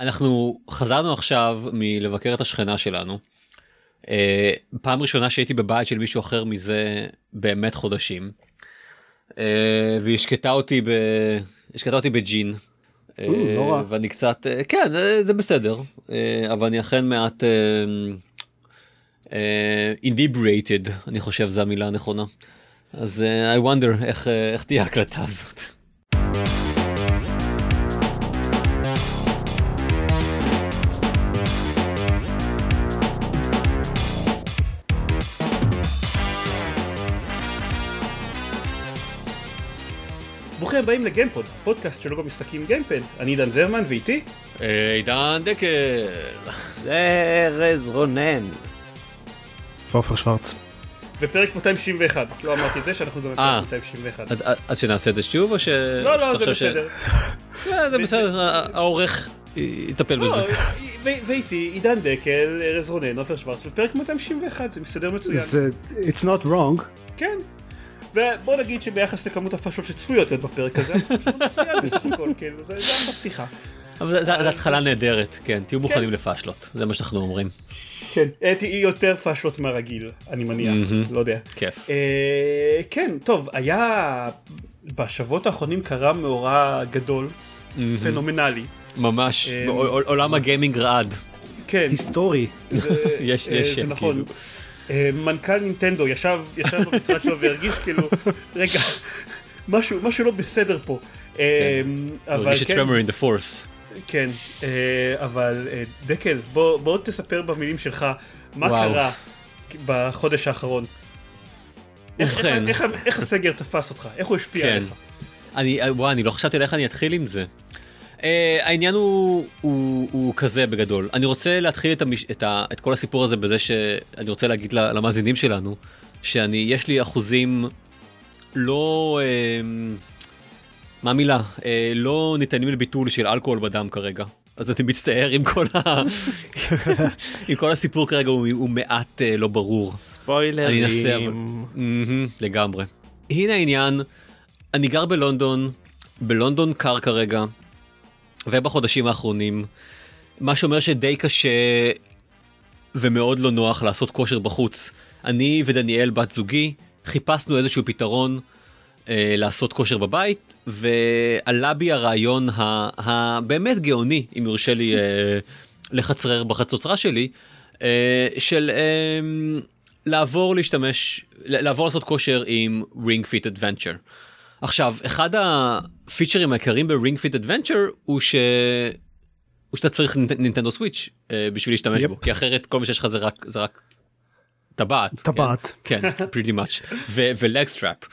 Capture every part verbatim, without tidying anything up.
אנחנו חזרנו עכשיו מלבקר את השכנה שלנו. פעם ראשונה שהייתי בבית של מישהו אחר מזה באמת חודשים. והיא השקטה אותי ב... השקטה אותי בג'ין. ואני קצת, כן, זה בסדר. אבל אני אכן מעט inebriated, אני חושב זו המילה הנכונה. אז I wonder איך, איך תהיה ההקלטה הזאת. ברוכים הבאים לגיימפוד, פודקאסט של לוגו משחקים גיימפד. אני עידן זרמן ואיתי עידן דקל. ארז רונן. פורפר שוורץ. ופרק מאתיים שישים ואחת, לא אמרתי את זה שאנחנו גם בפרק מאתיים שישים ואחת. אז שנעשה את זה שוב או ש... לא, לא, זה בסדר. זה בסדר, העורך יטפל בזה. ואיתי עידן דקל, ארז רונן, פורפר שוורץ, ופרק מאתיים שישים ואחת, זה מסתדר מצוין. It's not wrong. כן. ובוא נגיד שביחס לכמות הפרשות שצפויות להיות בפרק הזה, אנחנו פשוט מצוין בסך הכל, כאילו, זה גם בפתיחה. אבל זו התחלה נהדרת, כן, תהיו מוכנים לפשלות, זה מה שאנחנו אומרים. כן, תהיי יותר פשלות מהרגיל, אני מניח, לא יודע. כיף. כן, טוב, היה בשבועות האחרונים קרה מאורע גדול, פנומנלי. ממש, עולם הגיימינג רעד. כן. היסטורי. יש שם, כאילו. מנכ"ל נינטנדו ישב ישב במשרד שלו והרגיש כאילו רגע משהו משהו לא בסדר פה. אבל יש tremor in the force. כן, אבל דקל, בוא בוא תספר במילים שלך מה קרה בחודש האחרון. איך הסגר תפס אותך, איך הוא השפיע עליך? אני וואי, אני לא חשבתי איך אני אתחיל עם זה. Uh, העניין הוא, הוא, הוא כזה בגדול. אני רוצה להתחיל את, המש, את, ה, את כל הסיפור הזה בזה שאני רוצה להגיד למאזינים שלנו, שאני, יש לי אחוזים לא, uh, מה המילה? Uh, לא ניתנים לביטול של אלכוהול בדם כרגע. אז אני מצטער עם כל, ה... עם כל הסיפור כרגע, הוא, הוא מעט uh, לא ברור. ספוילרים. אני אנסה, אבל... mm-hmm, לגמרי. הנה העניין, אני גר בלונדון, בלונדון קר כרגע, ובחודשים האחרונים, מה שאומר שדי קשה ומאוד לא נוח לעשות כושר בחוץ. אני ודניאל בת זוגי חיפשנו איזשהו פתרון אה, לעשות כושר בבית, ועלה בי הרעיון הבאמת גאוני, אם יורשה לי אה, לחצרר בחצוצרה שלי, אה, של אה, לעבור להשתמש, לעבור לעשות כושר עם Ring Fit Adventure. עכשיו, אחד הפיצ'רים העיקריים ב-Ring Fit Adventure הוא ש... הוא שאתה צריך נינטנדו סוויץ' בשביל להשתמש בו, כי אחרת כל מה שיש לך זה רק, זה רק טבעת. טבעת. כן, pretty much. ו-leg strap.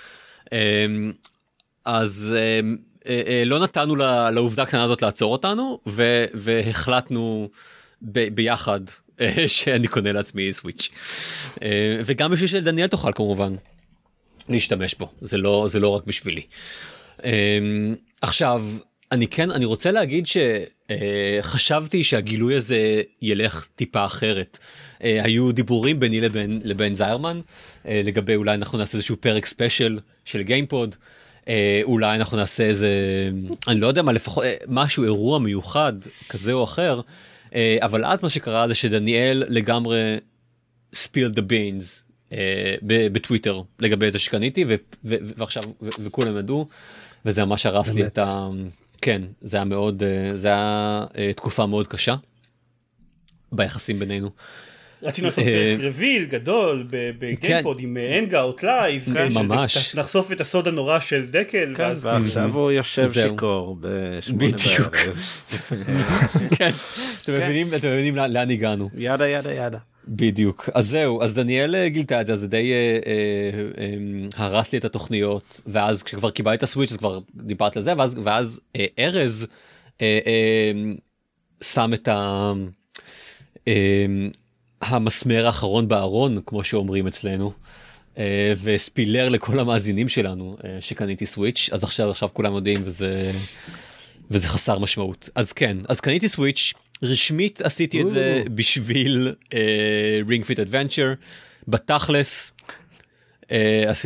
אז לא נתנו לעובדה הקטנה הזאת לעצור אותנו, והחלטנו ביחד שאני קונה לעצמי סוויץ'. וגם בשביל שדניאל תוכל כמובן. להשתמש בו, זה לא, זה לא רק בשבילי. עכשיו, אני כן, אני רוצה להגיד שחשבתי שהגילוי הזה ילך טיפה אחרת. היו דיבורים ביני לבין, לבין זיירמן, לגבי אולי אנחנו נעשה איזשהו פרק ספיישל של גיימפוד, אולי אנחנו נעשה איזה, אני לא יודע מה, לפחות משהו, אירוע מיוחד, כזה או אחר, אבל אז מה שקרה זה שדניאל לגמרי spill the beans, בטוויטר לגבי זה שקניתי ועכשיו וכולם ידעו, וזה ממש הרס לי את ה... כן, זה היה מאוד, זה היה תקופה מאוד קשה ביחסים בינינו. רצינו לעשות פרק רביל גדול בגיימפוד עם הנגאוט לייב, ממש נחשוף את הסוד הנורא של דקל, ועכשיו הוא יושב שיקור בשמונה בערב. כן, אתם מבינים לאן הגענו. ידה ידה ידה. בדיוק, אז זהו, אז דניאל גילתה את זה, אז זה די אה, אה, אה, הרס לי את התוכניות, ואז כשכבר קיבלתי את הסוויץ' אז כבר דיברת לזה, ואז, ואז אה, ארז אה, אה, שם את ה, אה, המסמר האחרון בארון, כמו שאומרים אצלנו, אה, וספילר לכל המאזינים שלנו אה, שקניתי סוויץ', אז עכשיו, עכשיו כולם יודעים, וזה, וזה חסר משמעות. אז כן, אז קניתי סוויץ', רשמית עשיתי את זה בשביל Ring Fit Adventure, בתכלס,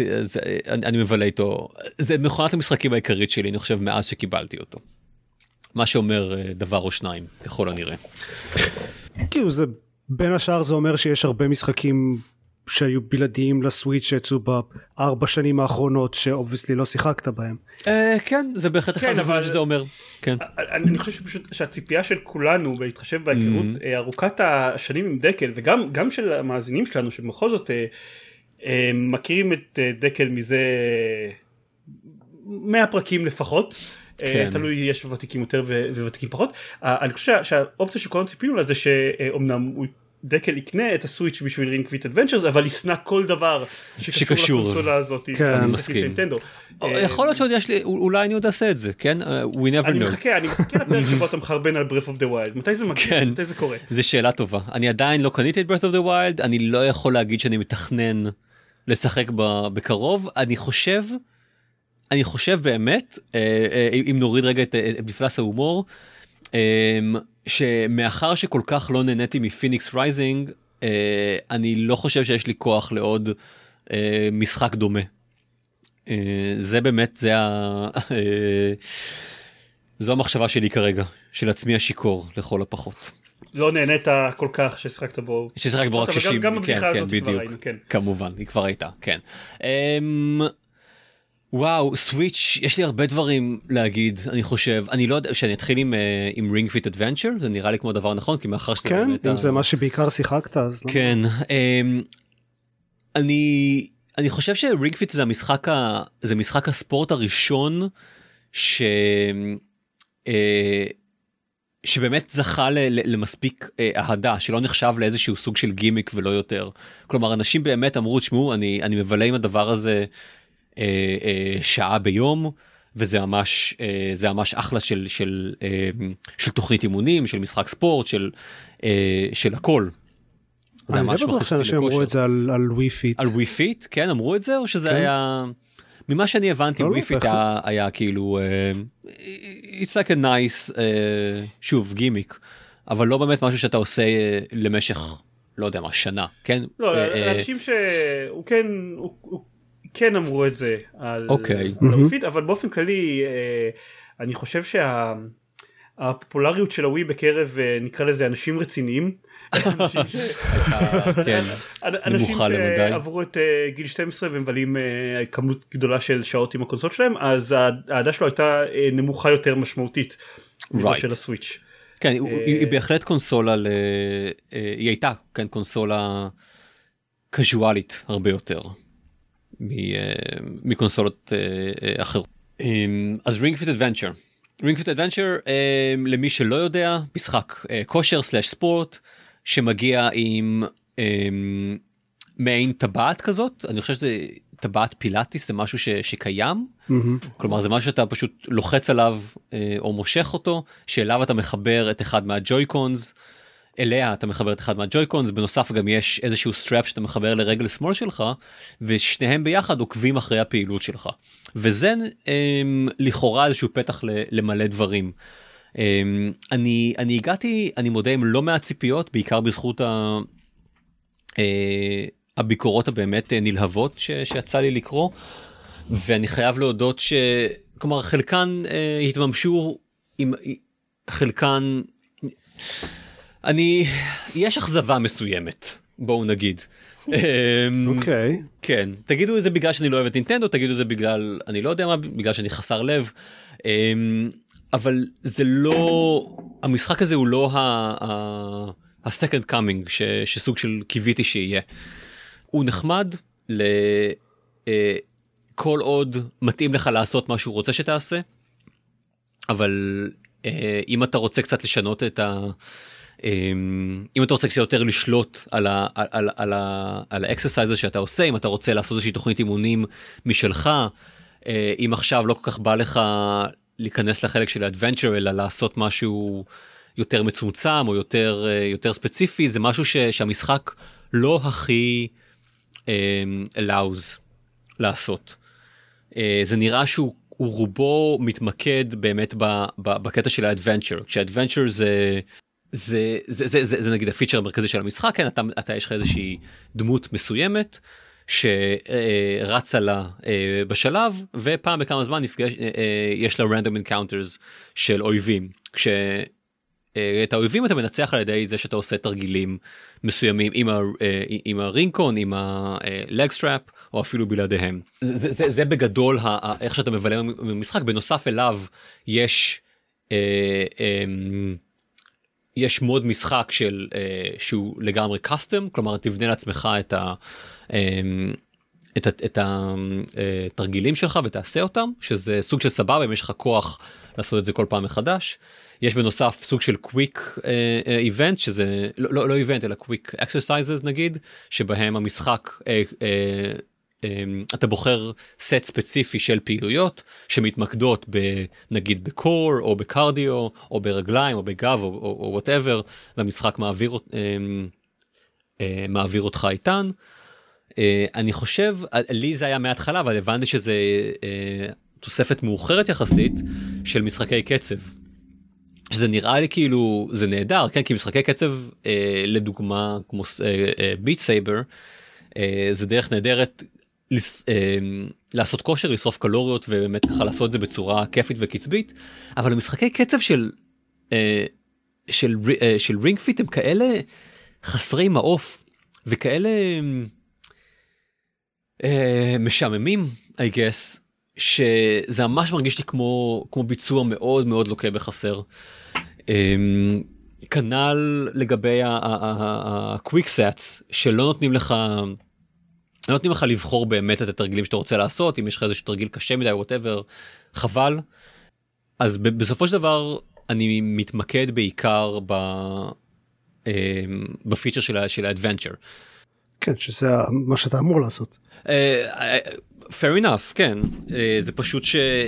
אני מבלה איתו, זה מכונת המשחקים העיקרית שלי, אני חושב, מאז שקיבלתי אותו. מה שאומר דבר או שניים, ככל הנראה. כאילו זה, בין השאר זה אומר שיש הרבה משחקים שהיו בלעדיים לסוויץ' שיצאו בארבע שנים האחרונות, שאובייסלי לא שיחקת בהם. כן, זה בהחלט אחד הדברים שזה אומר. אני חושב שפשוט שהציפייה של כולנו, בהתחשב בהיכרות ארוכת השנים עם דקל, וגם של המאזינים שלנו, שבכל זאת מכירים את דקל מזה מאה פרקים לפחות, תלוי יש ותיקים יותר וותיקים פחות. אני חושב שהאופציה שכולנו ציפינו לה זה שאומנם הוא דקל יקנה את הסוויץ' בשביל רינג פיט אדוונצ'רס, אבל יסנע כל דבר שקשור לקונסולה הזאת. אני מסכים. יכול להיות שעוד יש לי, אולי אני עוד אעשה את זה, כן? We never know. אני מחכה, אני מחכה לפרק שבו אתה מחרבן על Breath of the Wild. מתי זה מגיע? מתי זה קורה? זו שאלה טובה. אני עדיין לא קניתי את Breath of the Wild, אני לא יכול להגיד שאני מתכנן לשחק בקרוב. אני חושב, אני חושב באמת, אם נוריד רגע את מפלס ההומור, שמאחר שכל כך לא נהניתי מפיניקס רייזינג, אני לא חושב שיש לי כוח לעוד משחק דומה. זה באמת, זה ה... זו המחשבה שלי כרגע, של עצמי השיקור לכל הפחות. לא נהנית כל כך ששחקת בו. ששחק בו רק שישים, גם הבדיחה הזאת כבר היינו, כן. כמובן, היא כבר הייתה, כן. וואו, סוויץ', יש לי הרבה דברים להגיד, אני חושב. אני לא יודע, שאני אתחיל עם, uh, עם Ring Fit Adventure, זה נראה לי כמו דבר נכון, כי מאחר שזה... כן, אם ה... זה מה שבעיקר שיחקת, אז... כן, um, אני, אני חושב ש-Ring Fit זה המשחק, ה, זה משחק הספורט הראשון, ש... Uh, שבאמת זכה ל, ל, למספיק uh, אהדה, שלא נחשב לאיזשהו סוג של גימיק ולא יותר. כלומר, אנשים באמת אמרו, תשמעו, אני, אני מבלה עם הדבר הזה, אה, אה, שעה ביום, וזה ממש, אה, זה ממש אחלה של, של, אה, של תוכנית אימונים, של משחק ספורט, של, אה, של הכל. אני לא בטוח שאנשים אמרו את זה על, על ווי פיט. על ווי פיט? כן, אמרו את זה, או שזה כן. היה... ממה שאני הבנתי, ווי פיט היה, היה כאילו, uh, it's like a nice, uh, שוב, גימיק, אבל לא באמת משהו שאתה עושה uh, למשך, לא יודע מה, שנה, כן? לא, אנשים שהוא כן, הוא כן אמרו את זה על ווי פיט, אבל באופן כללי, אני חושב שהפופולריות של הווי בקרב, נקרא לזה, אנשים רציניים, אנשים שעברו את גיל שתים עשרה ומבלים כמות גדולה של שעות עם הקונסול שלהם, אז העדה שלו הייתה נמוכה יותר משמעותית מזו של הסוויץ'. כן, היא בהחלט קונסולה, היא הייתה קונסולה קזואלית הרבה יותר מקונסולות אחרות. אז Ring Fit Adventure. Ring Fit Adventure, למי שלא יודע, משחק כושר סלאש ספורט, שמגיע עם מעין טבעת כזאת, אני חושב שזה טבעת פילאטיס, זה משהו ש, שקיים, mm-hmm. כלומר זה משהו שאתה פשוט לוחץ עליו או מושך אותו, שאליו אתה מחבר את אחד מהג'ויקונס, אליה אתה מחבר את אחד מהג'ויקונס, בנוסף גם יש איזשהו סטראפ שאתה מחבר לרגל שמאל שלך, ושניהם ביחד עוקבים אחרי הפעילות שלך, וזה לכאורה איזשהו פתח למלא דברים. אני, אני הגעתי, אני מודה עם לא מעט ציפיות, בעיקר בזכות ה, הביקורות הבאמת נלהבות ש, שיצא לי לקרוא, ואני חייב להודות ש, כלומר, חלקן התממשו, עם, חלקן, אני, יש אכזבה מסוימת, בואו נגיד. אוקיי. כן, תגידו את זה בגלל שאני לא אוהב את נינטנדו, תגידו את זה בגלל, אני לא יודע מה, בגלל שאני חסר לב, אבל זה לא, המשחק הזה הוא לא ה-second coming שסוג של קיוויתי שיהיה. הוא נחמד לכל עוד מתאים לך לעשות מה שהוא רוצה שתעשה, אבל אם אתה רוצה קצת לשנות את ה... אם אתה רוצה קצת יותר לשלוט על האקסרסייז הזה שאתה עושה, אם אתה רוצה לעשות איזושהי תוכנית אימונים משלך, אם עכשיו לא כל כך בא לך להיכנס לחלק של האדוונצ'ר, אלא לעשות משהו יותר מצומצם או יותר, יותר ספציפי, זה משהו ש, שהמשחק לא הכי allows לעשות. זה נראה שהוא רובו מתמקד באמת בקטע של האדוונצ'ר, כשהאדוונצ'ר זה... זה, זה, זה, זה, זה נגיד הפיצ'ר המרכזי של המשחק, כן, אתה, אתה יש לך איזושהי דמות מסוימת, שרצה לה בשלב, ופעם בכמה זמן נפגש, יש לה random encounters של אויבים, כש... את האויבים אתה מנצח על ידי זה שאתה עושה תרגילים מסוימים עם, ה, עם הרינקון, עם הלג סטראפ, או אפילו בלעדיהם. זה, זה, זה בגדול ה, איך שאתה מבלה במשחק. בנוסף אליו יש, אה, אה, יש מוד משחק של, אה, שהוא לגמרי קאסטום, כלומר תבנה לעצמך את ה... אה, את, את התרגילים שלך ותעשה אותם, שזה סוג של סבבה, אם יש לך כוח לעשות את זה כל פעם מחדש. יש בנוסף סוג של קוויק איבנט, שזה לא לא איבנט אלא קוויק אקסרסייזס נגיד, שבהם המשחק uh, uh, um, אתה בוחר סט ספציפי של פעילויות שמתמקדות נגיד בקור או בקרדיו או ברגליים או בגב או whatever, והמשחק מעביר um, uh, מעביר אותך איתן. Uh, אני חושב, לי זה היה מההתחלה, אבל הבנתי שזה uh, תוספת מאוחרת יחסית של משחקי קצב. שזה נראה לי כאילו, זה נהדר, כן? כי משחקי קצב, אה, לדוגמה, כמו ביט אה, סייבר, אה, זה דרך נהדרת לס, אה, לעשות כושר, לשרוף קלוריות, ובאמת ככה לעשות את זה בצורה כיפית וקצבית, אבל המשחקי קצב של, אה, של, אה, של רינג פיט הם כאלה חסרי מעוף, וכאלה אה, משעממים, I guess, שזה ממש מרגיש לי כמו, כמו ביצוע מאוד מאוד לוקה בחסר. כנ"ל לגבי ה-quick sets, שלא נותנים לך, לא נותנים לך לבחור באמת את התרגילים שאתה רוצה לעשות, אם יש לך איזשהו תרגיל קשה מדי, whatever, חבל. אז בסופו של דבר, אני מתמקד בעיקר בפיצ'ר של ה-adventure. כן, שזה מה שאתה אמור לעשות. fair enough, כן. זה פשוט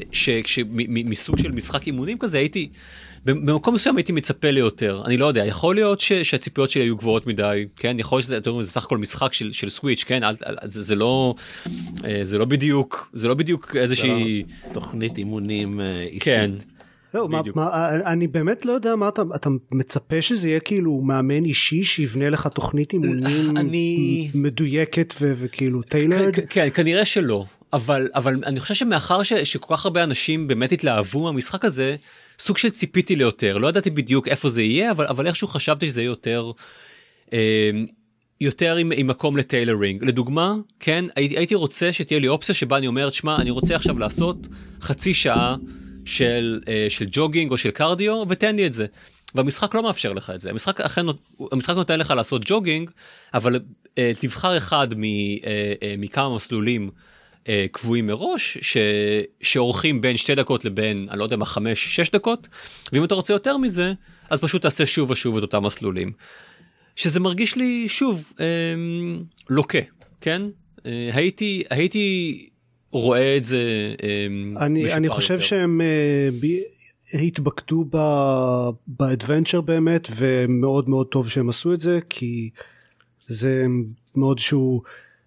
שמסוג של משחק אימונים כזה, הייתי, במקום מסוים הייתי מצפה ליותר. אני לא יודע, יכול להיות שהציפיות שלי היו גבוהות מדי, כן? יכול להיות שזה, זה סך הכל משחק של סוויץ', כן? זה לא, זה לא בדיוק, זה לא בדיוק איזושהי... תוכנית אימונים אישית. כן. זהו, מה, מה, אני באמת לא יודע מה אתה, אתה מצפה שזה יהיה כאילו מאמן אישי שיבנה לך תוכנית אימונים אני... מדויקת ו, וכאילו טיילרד? כן, כנראה שלא, אבל, אבל אני חושב שמאחר ש, שכל כך הרבה אנשים באמת התלהבו מהמשחק הזה, סוג של ציפיתי ליותר, לא ידעתי בדיוק איפה זה יהיה, אבל, אבל איכשהו חשבתי שזה יהיה יותר, אה, יותר עם, עם מקום לטיילרינג. לדוגמה, כן, הייתי, הייתי רוצה שתהיה לי אופציה שבה אני אומרת, שמה, אני רוצה עכשיו לעשות חצי שעה, של, של ג'וגינג או של קרדיו, ותן לי את זה. והמשחק לא מאפשר לך את זה. המשחק, אכן, המשחק נותן לך לעשות ג'וגינג, אבל תבחר אחד מכמה מסלולים קבועים מראש, ש, שעורכים בין שתי דקות לבין, אני לא יודע מה, חמש, שש דקות, ואם אתה רוצה יותר מזה, אז פשוט תעשה שוב ושוב את אותם מסלולים. שזה מרגיש לי, שוב, לוקה, כן? הייתי, הייתי... רואה את זה אני, אני חושב יותר. שהם uh, התבקדו באדוונצ'ר באמת, ומאוד מאוד טוב שהם עשו את זה, כי זה מאוד שהוא,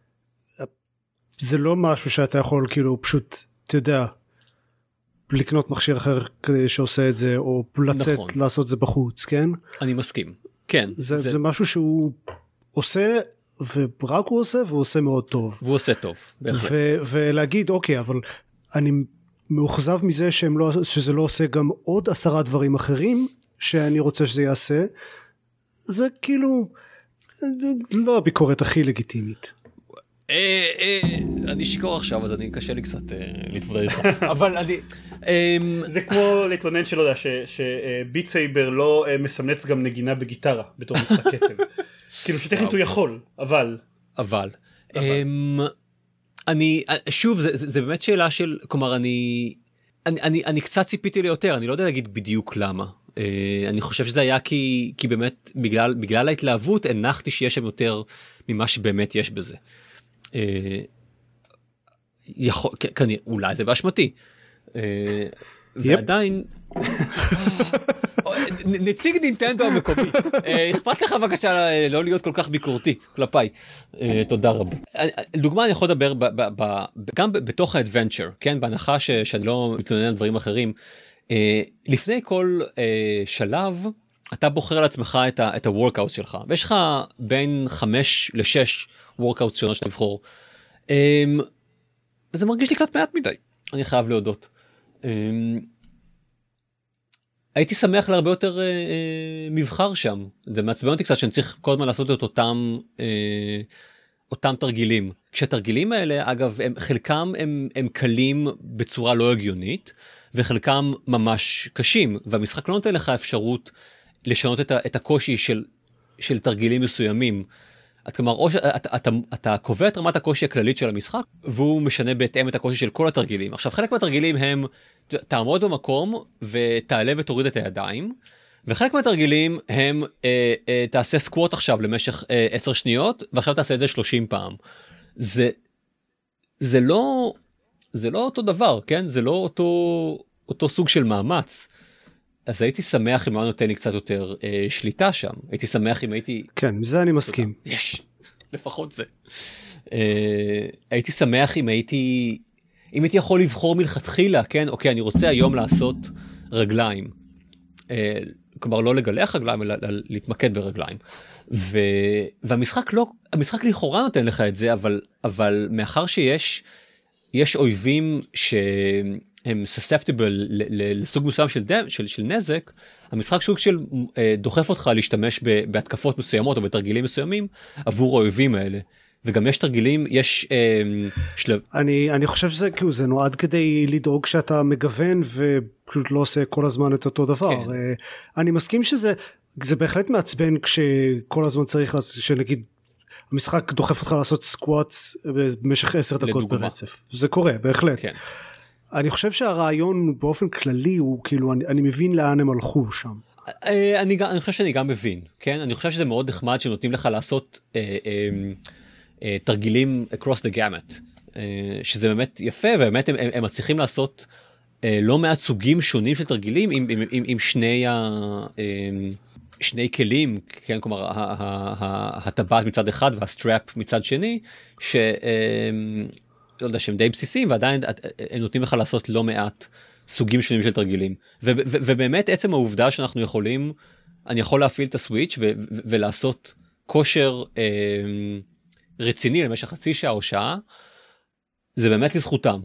זה לא משהו שאתה יכול כאילו פשוט, אתה יודע, לקנות מכשיר אחר שעושה את זה, או לצאת נכון. לעשות את זה בחוץ, כן? אני מסכים, כן. זה, זה... זה משהו שהוא עושה... ורק הוא עושה, והוא עושה מאוד טוב. והוא עושה טוב, בהחלט. ו- ולהגיד, אוקיי, אבל אני מאוכזב מזה שהם לא, שזה לא עושה גם עוד עשרה דברים אחרים, שאני רוצה שזה יעשה, זה כאילו, לא הביקורת הכי לגיטימית. אני שיקור עכשיו, אז אני קשה לי קצת להתמודד איתך. אבל אני... זה כמו להתלונן שלא יודע, שביט סייבר לא מסמנץ גם נגינה בגיטרה, בתור משחק קצב. כאילו שטכנית הוא יכול, אבל... אבל. אני, שוב, זה באמת שאלה של, כלומר, אני... אני קצת ציפיתי ליותר, אני לא יודע להגיד בדיוק למה. אני חושב שזה היה כי באמת, בגלל ההתלהבות, הנחתי שיש שם יותר ממה שבאמת יש בזה. יכול, כנראה, אולי זה באשמתי. ועדיין... נציג נינטנדו המקומי, אכפת לך בבקשה לא להיות כל כך ביקורתי כלפיי, תודה רבה. דוגמה, אני יכול לדבר גם בתוך האדוונצ'ר, כן, בהנחה שאני לא מתלונן על דברים אחרים, לפני כל שלב אתה בוחר על עצמך את הוורקאוט שלך, ויש לך בין חמש לשש וורקאוט שונות שתבחור, זה מרגיש לי קצת מעט מדי, אני חייב להודות. הייתי שמח להרבה יותר מבחר שם, זה מעצבן אותי קצת שאני צריך כל הזמן לעשות את אותם אותם תרגילים. כשהתרגילים האלה, אגב, הם, חלקם הם, הם קלים בצורה לא הגיונית, וחלקם ממש קשים, והמשחק לא נותן לך אפשרות לשנות את, ה, את הקושי של, של תרגילים מסוימים. את, כלומר, או שאתה, אתה, אתה, אתה קובע את רמת הקושי הכללית של המשחק, והוא משנה בהתאם את הקושי של כל התרגילים. עכשיו, חלק מהתרגילים הם, תעמוד במקום ותעלה ותוריד את הידיים, וחלק מהתרגילים הם, אה, אה, תעשה סקווט עכשיו למשך אה, עשר שניות, ועכשיו תעשה את זה שלושים פעם. זה, זה לא, זה לא אותו דבר, כן? זה לא אותו, אותו סוג של מאמץ. אז הייתי שמח אם היה נותן לי קצת יותר אה, שליטה שם. הייתי שמח אם הייתי... כן, מזה אני מסכים. יש, לפחות זה. אה, הייתי שמח אם הייתי, אם הייתי יכול לבחור מלכתחילה, כן? אוקיי, אני רוצה היום לעשות רגליים. אה, כלומר לא לגלח רגליים, אלא להתמקד ברגליים. ו... והמשחק לא, המשחק לכאורה נותן לך את זה, אבל, אבל מאחר שיש, יש אויבים שהם susceptible לסוג מסוים של, דם, של, של נזק, המשחק סוג של דוחף אותך להשתמש בהתקפות מסוימות או בתרגילים מסוימים עבור האויבים האלה. וגם יש תרגילים, יש אה, שלב... אני, אני חושב שזה, כאילו, זה נועד כדי לדאוג שאתה מגוון ופשוט לא עושה כל הזמן את אותו דבר. כן. אה, אני מסכים שזה, זה בהחלט מעצבן כשכל הזמן צריך, שנגיד, המשחק דוחף אותך לעשות סקואטס במשך עשר דקות ברצף. זה קורה, בהחלט. כן. אני חושב שהרעיון באופן כללי הוא, כאילו, אני, אני מבין לאן הם הלכו שם. אה, אני, אני חושב שאני גם מבין, כן? אני חושב שזה מאוד נחמד שנותנים לך לעשות... אה, אה, תרגילים across the gamut, שזה באמת יפה, ובאמת הם, הם, הם מצליחים לעשות לא מעט סוגים שונים של תרגילים עם, עם, עם, עם שני, ה, שני כלים, כן, כלומר, הטבעת מצד אחד והסטראפ מצד שני, ש, לא יודע, שהם די בסיסיים, ועדיין הם נותנים לך לעשות לא מעט סוגים שונים של תרגילים. ו, ו, ובאמת עצם העובדה שאנחנו יכולים, אני יכול להפעיל את הסוויץ' ו, ו, ולעשות כושר, רציני למשך חצי שעה או שעה, זה באמת לזכותם.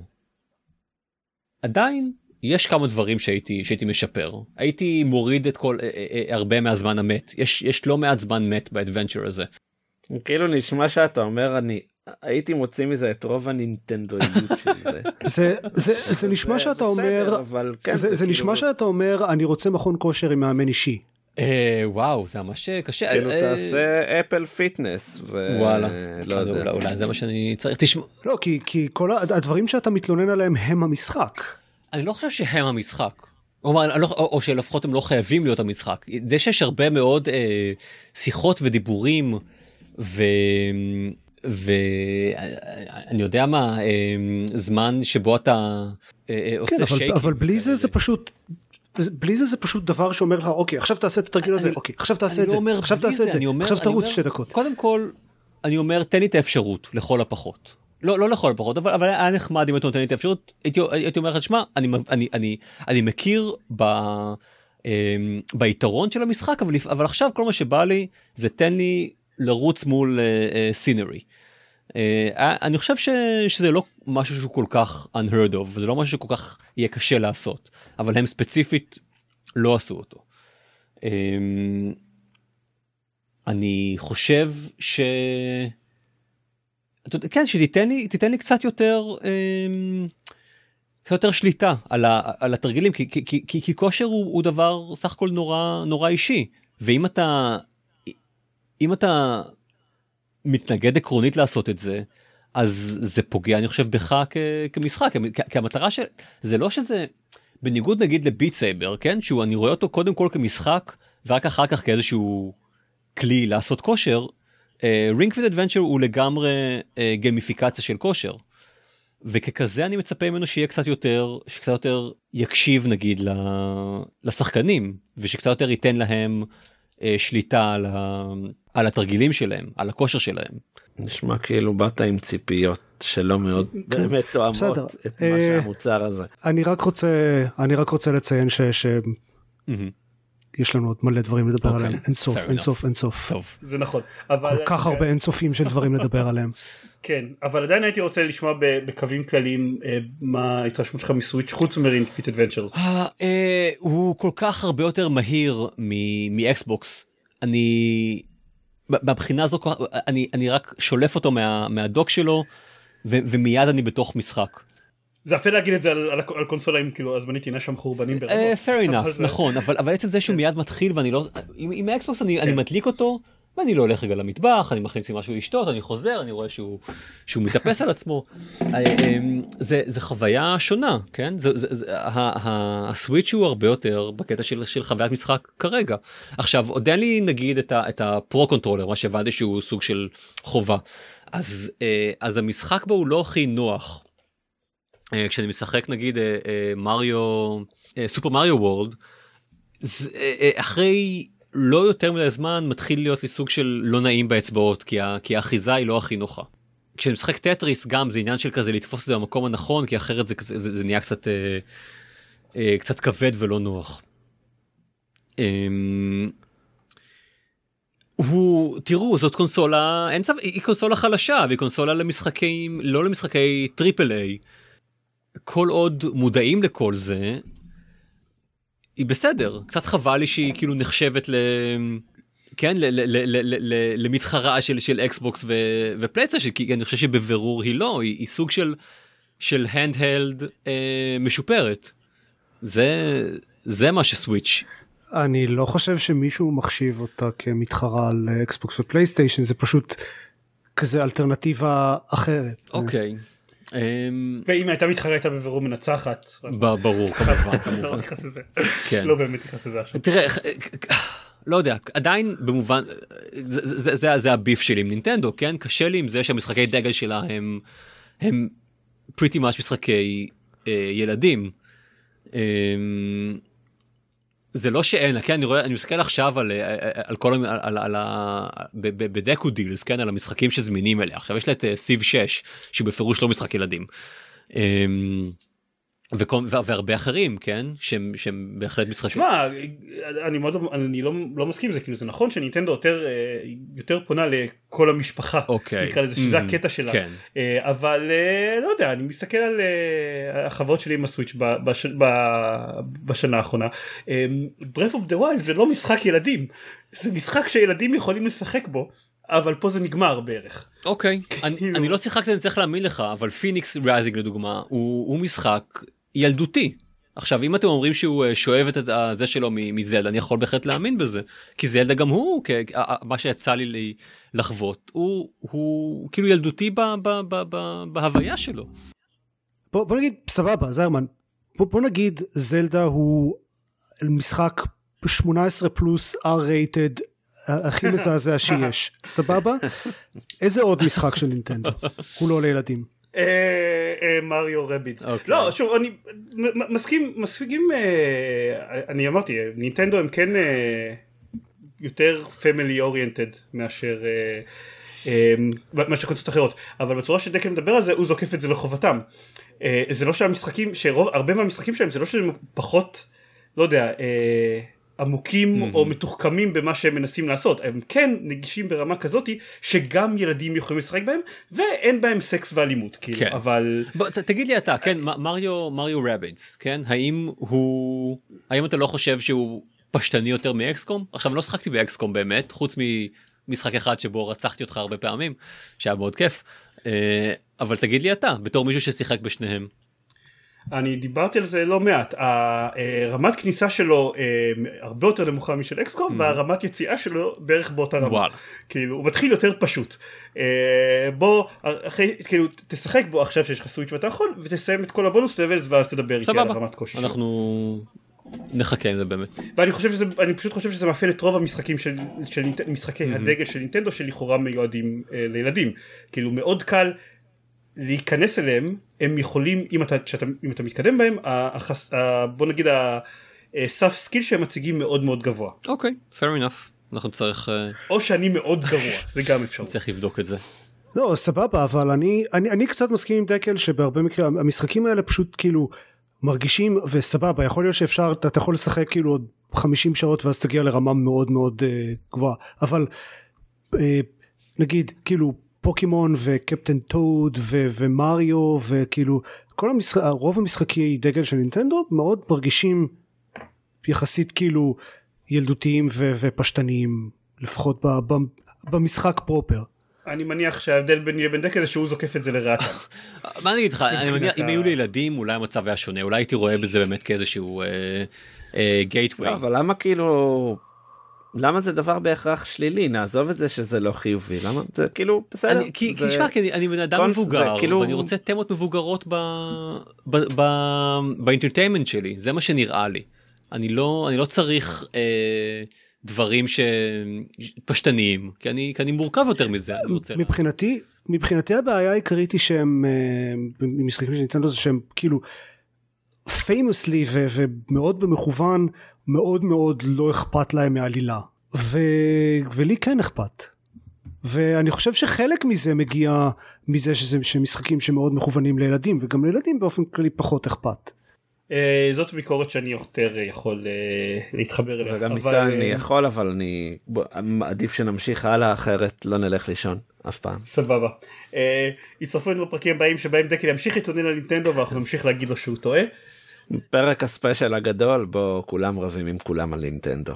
עדיין יש כמה דברים שהייתי, שהייתי משפר. הייתי מוריד את כל, הרבה מהזמן המת. יש, יש לא מעט זמן מת באדוונצ'ר הזה. כאילו נשמע שאתה אומר, אני הייתי מוציא מזה את רוב הנינטנדואיות של זה. זה, זה, זה נשמע שאתה אומר, זה, זה נשמע שאתה אומר, אני רוצה מכון כושר עם מאמן אישי. וואו, זה ממש קשה. כאילו תעשה אפל פיטנס. וואלה, אולי זה מה שאני צריך תשמע. לא, כי כל הדברים שאתה מתלונן עליהם הם המשחק. אני לא חושב שהם המשחק. או שלפחות הם לא חייבים להיות המשחק. זה שיש הרבה מאוד שיחות ודיבורים, ואני יודע מה, זמן שבו אתה עושה שייקים. אבל בלי זה זה פשוט... בלי זה זה פשוט דבר שאומר לך, אוקיי, עכשיו תעשה את התרגיל הזה, אוקיי, עכשיו תעשה את זה, עכשיו תעשה את זה, עכשיו תרוץ שתי דקות. קודם כל, אני אומר, תן לי את האפשרות, לכל הפחות. לא, לא לכל הפחות, אבל, אבל היה נחמד אם אתה נותן לי את האפשרות, הייתי, הייתי אומר לך, שמה, אני, אני, אני, אני מכיר ב, ביתרון של המשחק, אבל, אבל עכשיו כל מה שבא לי, זה תן לי לרוץ מול סינרי. Uh, אני חושב ש, שזה לא משהו שהוא כל כך unheard of, זה לא משהו שכל כך יהיה קשה לעשות, אבל הם ספציפית לא עשו אותו. Um, אני חושב ש... כן, שתיתן לי, תיתן לי קצת יותר, um, קצת יותר שליטה על, ה, על התרגילים, כי, כי, כי, כי, כי כושר הוא, הוא דבר סך הכל נורא, נורא אישי, ואם אתה, אם אתה... מתנגד עקרונית לעשות את זה, אז זה פוגע, אני חושב, בך כ- כמשחק, כי, כי המטרה של... זה לא שזה, בניגוד נגיד לביט סייבר, כן? שהוא, אני רואה אותו קודם כל כמשחק, ורק אחר כך כאיזשהו כלי לעשות כושר, רינג פיט אדוונצ'ר הוא לגמרי uh, גמיפיקציה של כושר, וככזה אני מצפה ממנו שיהיה קצת יותר, שקצת יותר יקשיב נגיד לשחקנים, ושקצת יותר ייתן להם uh, שליטה על ה... על התרגילים שלהם, על הכושר שלהם. נשמע כאילו באת עם ציפיות שלא מאוד באמת תואמות את מה שהמוצר הזה. אני רק רוצה, אני רק רוצה לציין ש... יש לנו עוד מלא דברים לדבר okay. עליהם, אין סוף, אין סוף, אין סוף. טוב. זה נכון. אבל... כל כך הרבה אין סופים של דברים לדבר עליהם. כן, אבל עדיין הייתי רוצה לשמוע בקווים כלליים מה ההתרשמות שלך מסוויץ' חוץ מרינג פיט אדוונצ'רס. הוא כל כך הרבה יותר מהיר מאקסבוקס. אני, בבחינה הזו, אני רק שולף אותו מהדוק שלו, ומיד אני בתוך משחק. זה אפילו להגיד את זה על, על, על קונסולאים, כאילו, הזמנית הנה שם חורבנים ברמות. Uh, fair enough, נכון, אבל, אבל בעצם זה שהוא מיד מתחיל, ואני לא, עם, עם האקסבוקס אני, כן. אני מדליק אותו, ואני לא הולך רגע למטבח, אני מכניס לי משהו לשתות, אני חוזר, אני רואה שהוא, שהוא מתאפס על עצמו. זה, זה חוויה שונה, כן? זה, זה, זה, הסוויץ' הוא הרבה יותר בקטע של, של חוויית משחק כרגע. עכשיו, עוד אין לי נגיד את, ה, את הפרו-קונטרולר, מה שהבנתי שהוא סוג של חובה. אז, אז המשחק בו הוא לא הכי נוח. כשאני משחק נגיד מריו, סופר מריו וורלד, אחרי לא יותר מדי זמן מתחיל להיות לי סוג של לא נעים באצבעות, כי, כי האחיזה היא לא הכי נוחה. כשאני משחק טטריס גם זה עניין של כזה לתפוס את זה במקום הנכון, כי אחרת זה, זה, זה, זה נהיה קצת, קצת כבד ולא נוח. הוא, תראו, זאת קונסולה, אין צו, היא קונסולה חלשה, והיא קונסולה למשחקים, לא למשחקי טריפל איי. כל עוד מודעים לכל זה, היא בסדר. קצת חבל לי שהיא כאילו נחשבת ל... כן, ל- ל- ל- ל- ל- למתחרה של, של אקסבוקס ו- ופלייסטיישן, כי אני חושב שבבירור היא לא, היא, היא סוג של, של handheld אה, משופרת. זה, זה מה שסוויץ'. אני לא חושב שמישהו מחשיב אותה כמתחרה על אקסבוקס ופלייסטיישן, זה פשוט כזה אלטרנטיבה אחרת. אוקיי. ואם הייתה מתחרה הייתה בבירור מנצחת. ברור, כמובן. לא נכנס לזה. לא באמת נכנס לזה עכשיו. תראה, לא יודע, עדיין במובן, זה הביף שלי עם נינטנדו, כן? קשה לי עם זה שהמשחקי דגל שלה הם, הם pretty much משחקי ילדים. זה לא שאין, כן, אני רואה, אני מסתכל עכשיו על, על כל, על, על, בדקו דילס, כן, על המשחקים שזמינים אליה. עכשיו יש לה את סיב שש, שבפירוש לא משחק ילדים. והרבה אחרים, כן, שהם, שהם בהחלט משחקים. שמע, אני מאוד, אני לא, לא מסכים עם זה, כאילו זה נכון שנינטנדו יותר, יותר פונה לכל המשפחה, אוקיי. נקרא לזה, שזה הקטע שלה. כן. אבל לא יודע, אני מסתכל על החברות שלי עם הסוויץ' בש, בשנה האחרונה. Breath of the Wild זה לא משחק ילדים, זה משחק שילדים יכולים לשחק בו, אבל פה זה נגמר בערך. אוקיי, אני לא שיחקתי, אני צריך להאמין לך, אבל פיניקס רייזינג לדוגמה, הוא משחק ילדותי. עכשיו, אם אתם אומרים שהוא שואב את זה שלו מזלדה, אני יכול בהחלט להאמין בזה. כי זלדה גם הוא, מה שיצא לי לחוות, הוא כאילו ילדותי בהוויה שלו. בוא נגיד, סבבה, זרמן, בוא נגיד זלדה הוא משחק שמונה עשרה פלוס R-rated, הכי מזעזע שיש. סבבה? איזה עוד משחק של נינטנדו? הוא לא לילדים. מריו רבידס. לא, שוב, אני מסכים, מספיקים, אני אמרתי, נינטנדו הם כן יותר family oriented מאשר מאשר קונסולות אחרות, אבל בצורה שדקל מדבר על זה, הוא זוקף את זה לחובתם. זה לא שהמשחקים, הרבה מהמשחקים שלהם, זה לא שהם פחות, לא יודע, עמוקים mm-hmm. או מתוחכמים במה שהם מנסים לעשות, הם כן נגישים ברמה כזאת שגם ילדים יכולים לשחק בהם, ואין בהם סקס ואלימות, כאילו, כן. אבל... בוא, ת, תגיד לי אתה, כן, מריו, מריו רבידס, כן, האם הוא, האם אתה לא חושב שהוא פשטני יותר מאקסקום? עכשיו, אני לא שחקתי באקסקום באמת, חוץ ממשחק אחד שבו רצחתי אותך הרבה פעמים, שהיה מאוד כיף, אבל תגיד לי אתה, בתור מישהו ששיחק בשניהם. אני דיברתי על זה לא מעט, הרמת כניסה שלו הרבה יותר נמוכה משל אקסקום, והרמת יציאה שלו בערך באותה רמה, כאילו הוא מתחיל יותר פשוט, בוא, כאילו תשחק בו עכשיו שיש לך סוויץ' ואתה יכול, ותסיים את כל הבונוס לבלס ואז תדבר איתי על הרמת קושי שלו. אנחנו נחכה עם זה באמת. ואני חושב שזה, אני פשוט חושב שזה מאפיין את רוב המשחקים של, של משחקי הדגל של נינטנדו שלכאורה מיועדים לילדים, כאילו מאוד קל להיכנס אליהם, הם יכולים, אם אתה, שאתה, אם אתה מתקדם בהם, החס, ה, בוא נגיד, הסף סקיל שהם מציגים מאוד מאוד גבוה. אוקיי, okay, fair enough. אנחנו צריך... או שאני מאוד גרוע, זה גם אפשר. צריך לבדוק את זה. לא, סבבה, אבל אני, אני, אני קצת מסכים עם דקל שבהרבה מקרים, המשחקים האלה פשוט כאילו מרגישים, וסבבה, יכול להיות שאפשר, אתה, אתה יכול לשחק כאילו עוד חמישים שעות ואז תגיע לרמה מאוד מאוד uh, גבוהה, אבל uh, נגיד כאילו פוקימון וקפטן טוד ו- ומריו וכאילו כל המשחק, רוב המשחקי דגל של נינטנדו מאוד מרגישים יחסית כאילו ילדותיים ו- ופשטניים, לפחות ב- ב- במשחק פרופר. אני מניח שההבדל ביני לבין דקל זה שהוא זוקף את זה לרעתם. מה אני אגיד לך, אני מניח, אם היו לי ילדים אולי המצב היה שונה, אולי הייתי רואה בזה באמת כאיזשהו גייטווי. אבל למה כאילו, למה זה דבר בהכרח שלילי? נעזוב את זה שזה לא חיובי, למה? זה כאילו בסדר. כי תשמע, אני בן אדם מבוגר, ואני רוצה תמות מבוגרות באינטרטיימנט שלי, זה מה שנראה לי. אני לא צריך דברים שפשטניים, כי אני, כי אני מורכב יותר מזה. אני רוצה מבחינתי, מבחינתי הבעיה העיקרית היא שהם, משחקים של נינטנדו זה שהם כאילו, famously ו- ומאוד במכוון, מאוד מאוד לא אכפת להם מעלילה. ו- ולי כן אכפת. ואני חושב שחלק מזה מגיע מזה שזה שמשחקים שמאוד מכוונים לילדים, וגם לילדים באופן כללי פחות אכפת. זאת ביקורת שאני יותר יכול להתחבר אליה. וגם איתה אני יכול, אבל אני מעדיף שנמשיך הלאה, אחרת לא נלך לישון אף פעם. סבבה. יצטרפו לנו בפרקים הבאים שבהם דקל ימשיך להתלונן על נינטנדו ואנחנו נמשיך להגיד לו שהוא טועה. פרק הספיישל הגדול בו כולם רבים עם כולם על נינטנדו.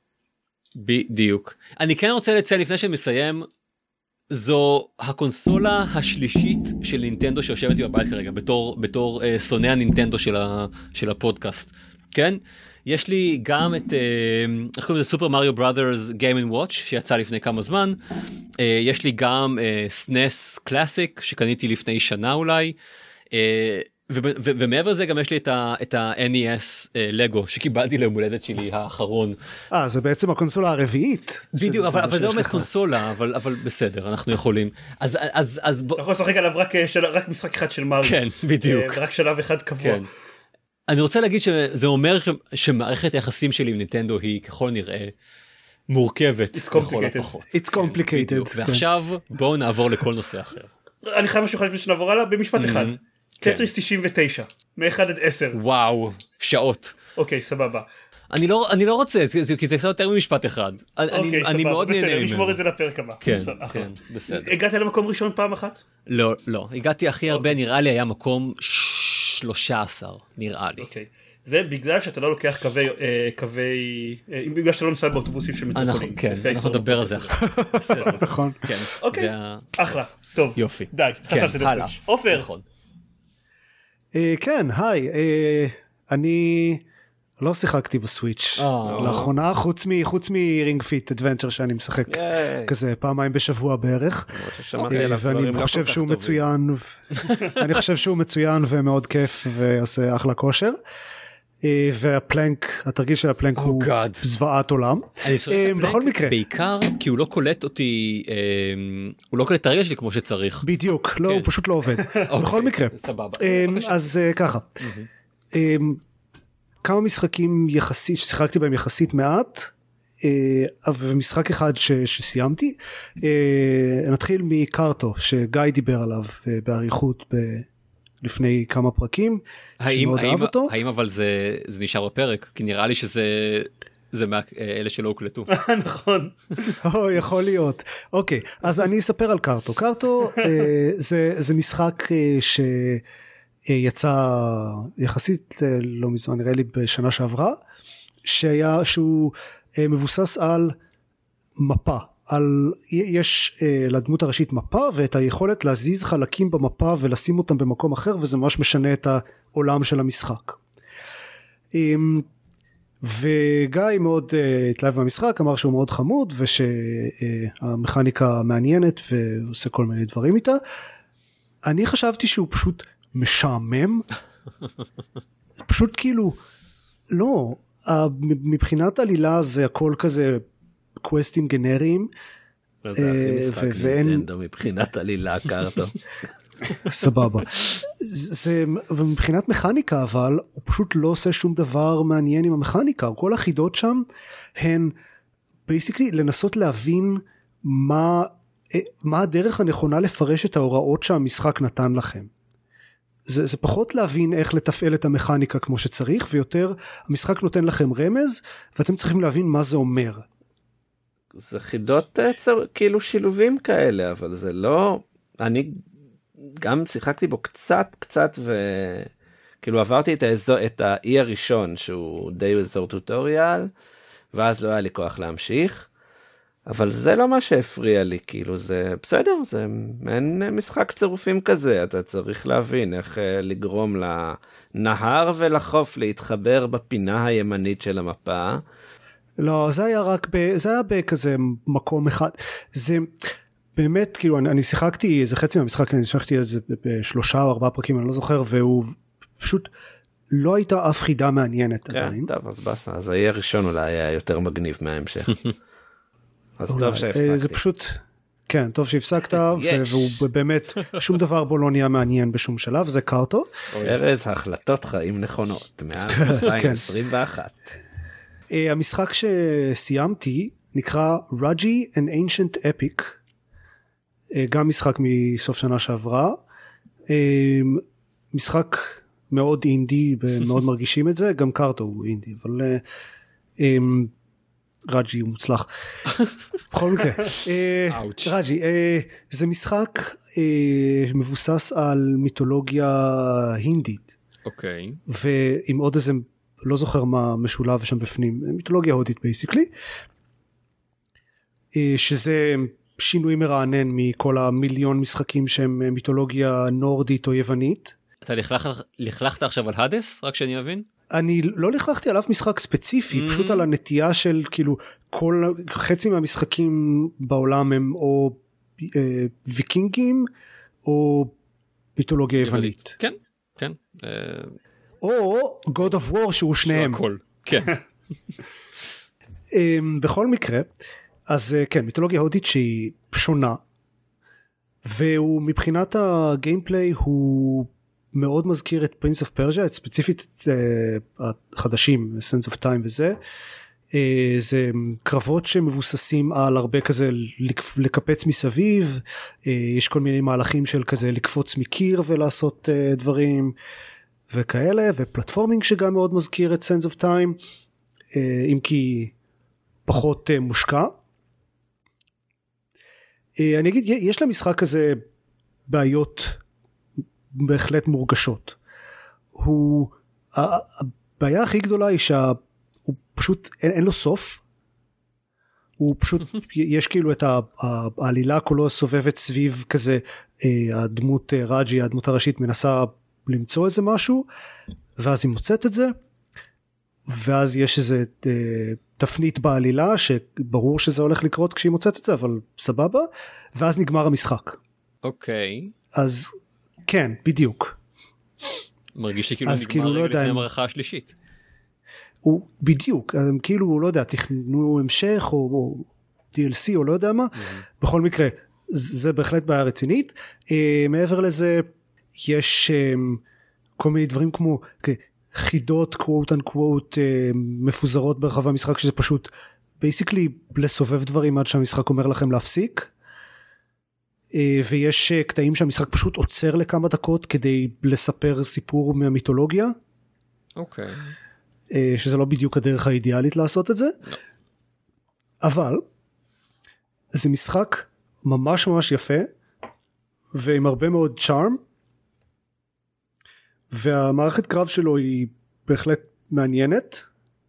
בדיוק. אני כן רוצה לציין לפני שמסיים, זו הקונסולה השלישית של נינטנדו שיושבת לי בבית כרגע, בתור, בתור אה, שונא הנינטנדו של, ה, של הפודקאסט. כן? יש לי גם את, אה, איך קוראים לזה? סופר מריו בראדרס גיים אנד וואץ' שיצא לפני כמה זמן. אה, יש לי גם אה, אס אן אס קלאסיק שקניתי לפני שנה אולי. אה, ו- ו- ומעבר לזה גם יש לי את ה-אן אי אס לגו שקיבלתי ליום הולדת שלי האחרון. אה, זה בעצם הקונסולה הרביעית. בדיוק, אבל, אבל זה לא באמת קונסולה, אבל, אבל בסדר, אנחנו יכולים. אז, אז, אז... אתה יכול לשחק עליו רק, של, רק משחק אחד של מריו. כן, בדיוק. רק שלב אחד קבוע. כן. אני רוצה להגיד שזה אומר ש- שמערכת היחסים שלי עם נינטנדו היא ככל נראה מורכבת. It's complicated. It's complicated. בדיוק. ועכשיו בואו נעבור לכל נושא אחר. אני חייב משהו לפני שנעבור הלאה במשפט אחד. טטריס תשעים ותשע, מ-אחד עד עשר. וואו, שעות. אוקיי, סבבה. אני לא, אני לא רוצה, כי זה קצת יותר ממשפט אחד. אוקיי, אני, אני מאוד נהנה ממנו. נשמור את זה לפרק הבא. כן, כן, בסדר. הגעת למקום ראשון פעם אחת? לא, לא. הגעתי הכי הרבה, נראה לי היה מקום שלושה עשר, נראה לי. אוקיי. זה בגלל שאתה לא לוקח קווי, קווי, בגלל שאתה לא נוסע באוטובוסים של מטרופולין. כן, אנחנו נדבר על זה אחר. בסדר. נכון. כן. אוקיי, אחלה. טוב. יופי. די, חסר סדר סוויץ'. עופר. נכון. כן, היי, אני לא שיחקתי בסוויץ' לאחרונה, חוץ מרינג פיט אדוונצ'ר שאני משחק כזה פעמיים בשבוע בערך, ואני חושב שהוא מצוין, אני חושב שהוא מצוין ומאוד כיף ועושה אחלה כושר, והפלנק, התרגיל של הפלנק הוא זוועת עולם. בכל מקרה, בעיקר כי הוא לא קולט אותי, הוא לא קולט את הרגע שלי כמו שצריך. בדיוק, לא, הוא פשוט לא עובד. בכל מקרה, אז ככה, כמה משחקים יחסית ששיחקתי בהם יחסית מעט, ומשחק אחד שסיימתי. נתחיל מקארטו שגיא דיבר עליו באריכות לפני כמה פרקים, שמאוד אהב אותו. האם אבל זה נשאר בפרק? כי נראה לי שזה זה מאלה שלא הוקלטו. נכון. או, יכול להיות. אוקיי, אז אני אספר על קארטו. קארטו זה משחק שיצא יחסית לא מזמן, נראה לי בשנה שעברה, שהיה שהוא מבוסס על מפה. על, יש אה, לדמות הראשית מפה ואת היכולת להזיז חלקים במפה ולשים אותם במקום אחר, וזה ממש משנה את העולם של המשחק. אה, וגיא מאוד אה, התלהב מהמשחק, אמר שהוא מאוד חמוד ושהמכניקה אה, מעניינת ועושה כל מיני דברים איתה. אני חשבתי שהוא פשוט משעמם. זה פשוט כאילו לא, אה, מבחינת עלילה זה הכל כזה קווסטים גנריים, זה הכי משחק נינטנדו מבחינת עלילה קארטו. סבבה. זה, ומבחינת מכניקה אבל, הוא פשוט לא עושה שום דבר מעניין עם המכניקה, כל החידות שם הן basically לנסות להבין מה, מה הדרך הנכונה לפרש את ההוראות שהמשחק נתן לכם. זה, זה פחות להבין איך לתפעל את המכניקה כמו שצריך, ויותר המשחק נותן לכם רמז, ואתם צריכים להבין מה זה אומר. זה חידות צר, כאילו שילובים כאלה, אבל זה לא, אני גם שיחקתי בו קצת קצת, וכאילו עברתי את, האזור, את האי הראשון, שהוא די אזור טוטוריאל, ואז לא היה לי כוח להמשיך, אבל זה לא מה שהפריע לי, כאילו זה בסדר, זה אין משחק צירופים כזה, אתה צריך להבין איך לגרום לנהר ולחוף להתחבר בפינה הימנית של המפה. לא, זה היה רק, ב, זה היה בכזה מקום אחד, זה באמת, כאילו אני, אני שיחקתי איזה חצי מהמשחק, אני שיחקתי איזה בשלושה או ארבעה פרקים, אני לא זוכר, והוא פשוט לא הייתה אף חידה מעניינת כן, עדיין. טוב, אז בסה, אז האי הראשון אולי היה יותר מגניב מההמשך. אז טוב שהפסקתי. זה פשוט, כן, טוב שהפסקת, והוא באמת, שום דבר בו לא נהיה מעניין בשום שלב, זה קארטו. ארז, החלטות חיים נכונות, מאז אלפיים עשרים ואחת. המשחק שסיימתי נקרא Raji an Ancient Epic, גם משחק מסוף שנה שעברה, משחק מאוד אינדי, מאוד מרגישים את זה, גם קארטו הוא אינדי, אבל רג'י הוא מוצלח. בכל מקרה, רג'י, זה משחק מבוסס על מיתולוגיה הינדית. אוקיי. ועם עוד איזה, לא זוכר מה משולב שם בפנים, מיתולוגיה הודית בייסיקלי, שזה שינוי מרענן מכל המיליון משחקים שהם מיתולוגיה נורדית או יוונית. אתה לכלכת עכשיו על הדס, רק שאני אבין? אני לא לכלכתי על אף משחק ספציפי, mm-hmm. פשוט על הנטייה של כאילו כל חצי מהמשחקים בעולם הם או אה, ויקינגים או מיתולוגיה יוונית. כן, כן. אה... או God of War שהוא שניהם. הכל, כן. אה, בכל מקרה, אז אה, כן, מיתולוגיה הודית שהיא שונה, והוא מבחינת הגיימפליי הוא מאוד מזכיר את Prince of Persia, את ספציפית את uh, החדשים, Sense of Time וזה, uh, זה קרבות שמבוססים על הרבה כזה לקפץ מסביב, uh, יש כל מיני מהלכים של כזה לקפוץ מקיר ולעשות uh, דברים וכאלה, ופלטפורמינג שגם מאוד מזכיר את Sense of Time, uh, אם כי פחות uh, מושקע. Uh, אני אגיד, יש למשחק כזה בעיות בהחלט מורגשות. הוא, הבעיה הכי גדולה היא שהוא פשוט, אין, אין לו סוף. הוא פשוט, יש כאילו את העלילה כולו סובבת סביב כזה, הדמות רג'י, הדמות הראשית מנסה למצוא איזה משהו, ואז היא מוצאת את זה, ואז יש איזה תפנית בעלילה, שברור שזה הולך לקרות כשהיא מוצאת את זה, אבל סבבה, ואז נגמר המשחק. אוקיי. אז כן, בדיוק. מרגיש לי כאילו נגמר רגע לפני המערכה השלישית. הוא בדיוק, כאילו, לא יודע, תכננו המשך או, או די אל סי או לא יודע מה, בכל מקרה, זה בהחלט בעיה רצינית. מעבר לזה, יש כל מיני דברים כמו חידות, קוואט אנקוואט, מפוזרות ברחב המשחק, שזה פשוט, בייסיקלי, לסובב דברים עד שהמשחק אומר לכם להפסיק, ויש קטעים שהמשחק פשוט עוצר לכמה דקות כדי לספר סיפור מהמיתולוגיה. אוקיי. שזה לא בדיוק הדרך האידיאלית לעשות את זה. לא. אבל זה משחק ממש ממש יפה ועם הרבה מאוד צ'ארם, והמערכת קרב שלו היא בהחלט מעניינת.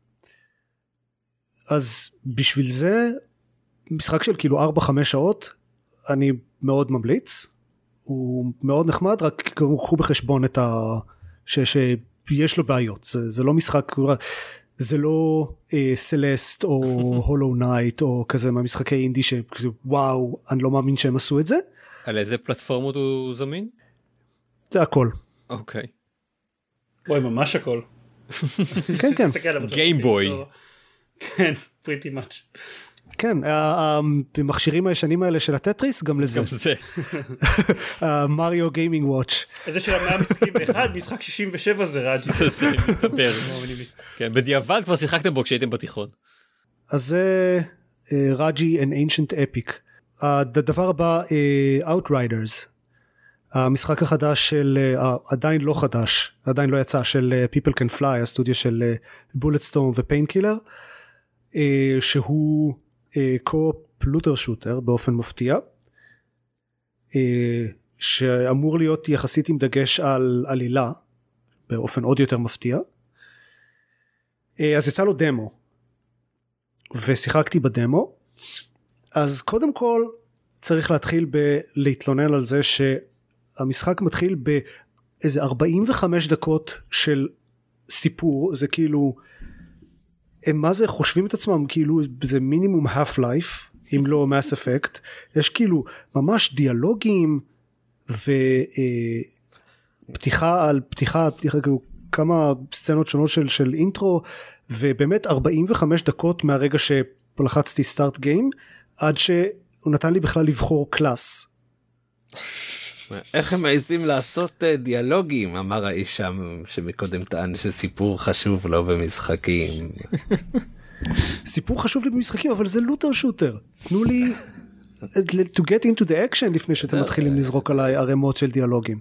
אז בשביל זה משחק של כאילו ארבע חמש שעות אני מאוד ממליץ, הוא מאוד נחמד, רק קחו בחשבון את ה... ש... שיש לו בעיות, זה, זה לא משחק, זה לא אה, סלסט או הולו נייט או כזה מהמשחקי אינדי שוואו, אני לא מאמין שהם עשו את זה. על איזה פלטפורמות הוא זמין? זה הכל. אוקיי. בואי, ממש הכל. כן, כן. גיימבוי. כן, pretty much. כן, המכשירים הישנים האלה של הטטריס, גם לזה. גם זה. מריו גיימינג וואץ'. איזה של המאה משחקים באחד, משחק שישים ושבע זה רג'י. זה מסתבר. כן, בדיעבד כבר שיחקתם בו כשהייתם בתיכון. אז זה רג'י an ancient epic. הדבר הבא, Outriders. המשחק החדש של, עדיין לא חדש, עדיין לא יצא, של People Can Fly, הסטודיו של Bulletstorm ו-Painkiller, שהוא קו-אופ לוטר שוטר באופן מפתיע, שאמור להיות יחסית עם דגש על עלילה, באופן עוד יותר מפתיע. אז יצא לו דמו, ושיחקתי בדמו. אז קודם כל צריך להתחיל בלהתלונן על זה שהמשחק מתחיל באיזה ארבעים וחמש דקות של סיפור. זה כאילו, הם מה זה חושבים את עצמם כאילו זה מינימום half life, אם לא Mass Effect. יש כאילו ממש דיאלוגים ופתיחה על פתיחה, פתיחה כאילו כמה סצנות שונות של, של אינטרו, ובאמת ארבעים וחמש דקות מהרגע שלחצתי סטארט גיים, עד שהוא נתן לי בכלל לבחור קלאס. איך הם מעיזים לעשות דיאלוגים, אמר האיש שם שמקודם טען שסיפור חשוב לו במשחקים. סיפור חשוב לי במשחקים, אבל זה לוטר שוטר. תנו לי to get into the action לפני שאתם מתחילים לזרוק עליי ערימות של דיאלוגים.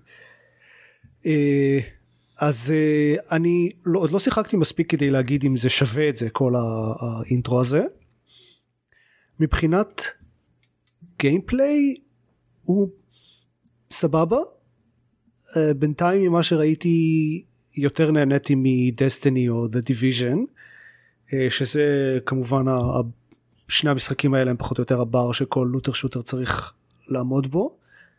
אז אני עוד לא שיחקתי מספיק כדי להגיד אם זה שווה את זה, כל האינטרו הזה. מבחינת גיימפליי הוא סבבה. בינתיים ממה שראיתי יותר נהניתי מדסטיני או The Division, שזה כמובן שני המשחקים האלה הם פחות או יותר הבר שכל לוטר שוטר צריך לעמוד בו.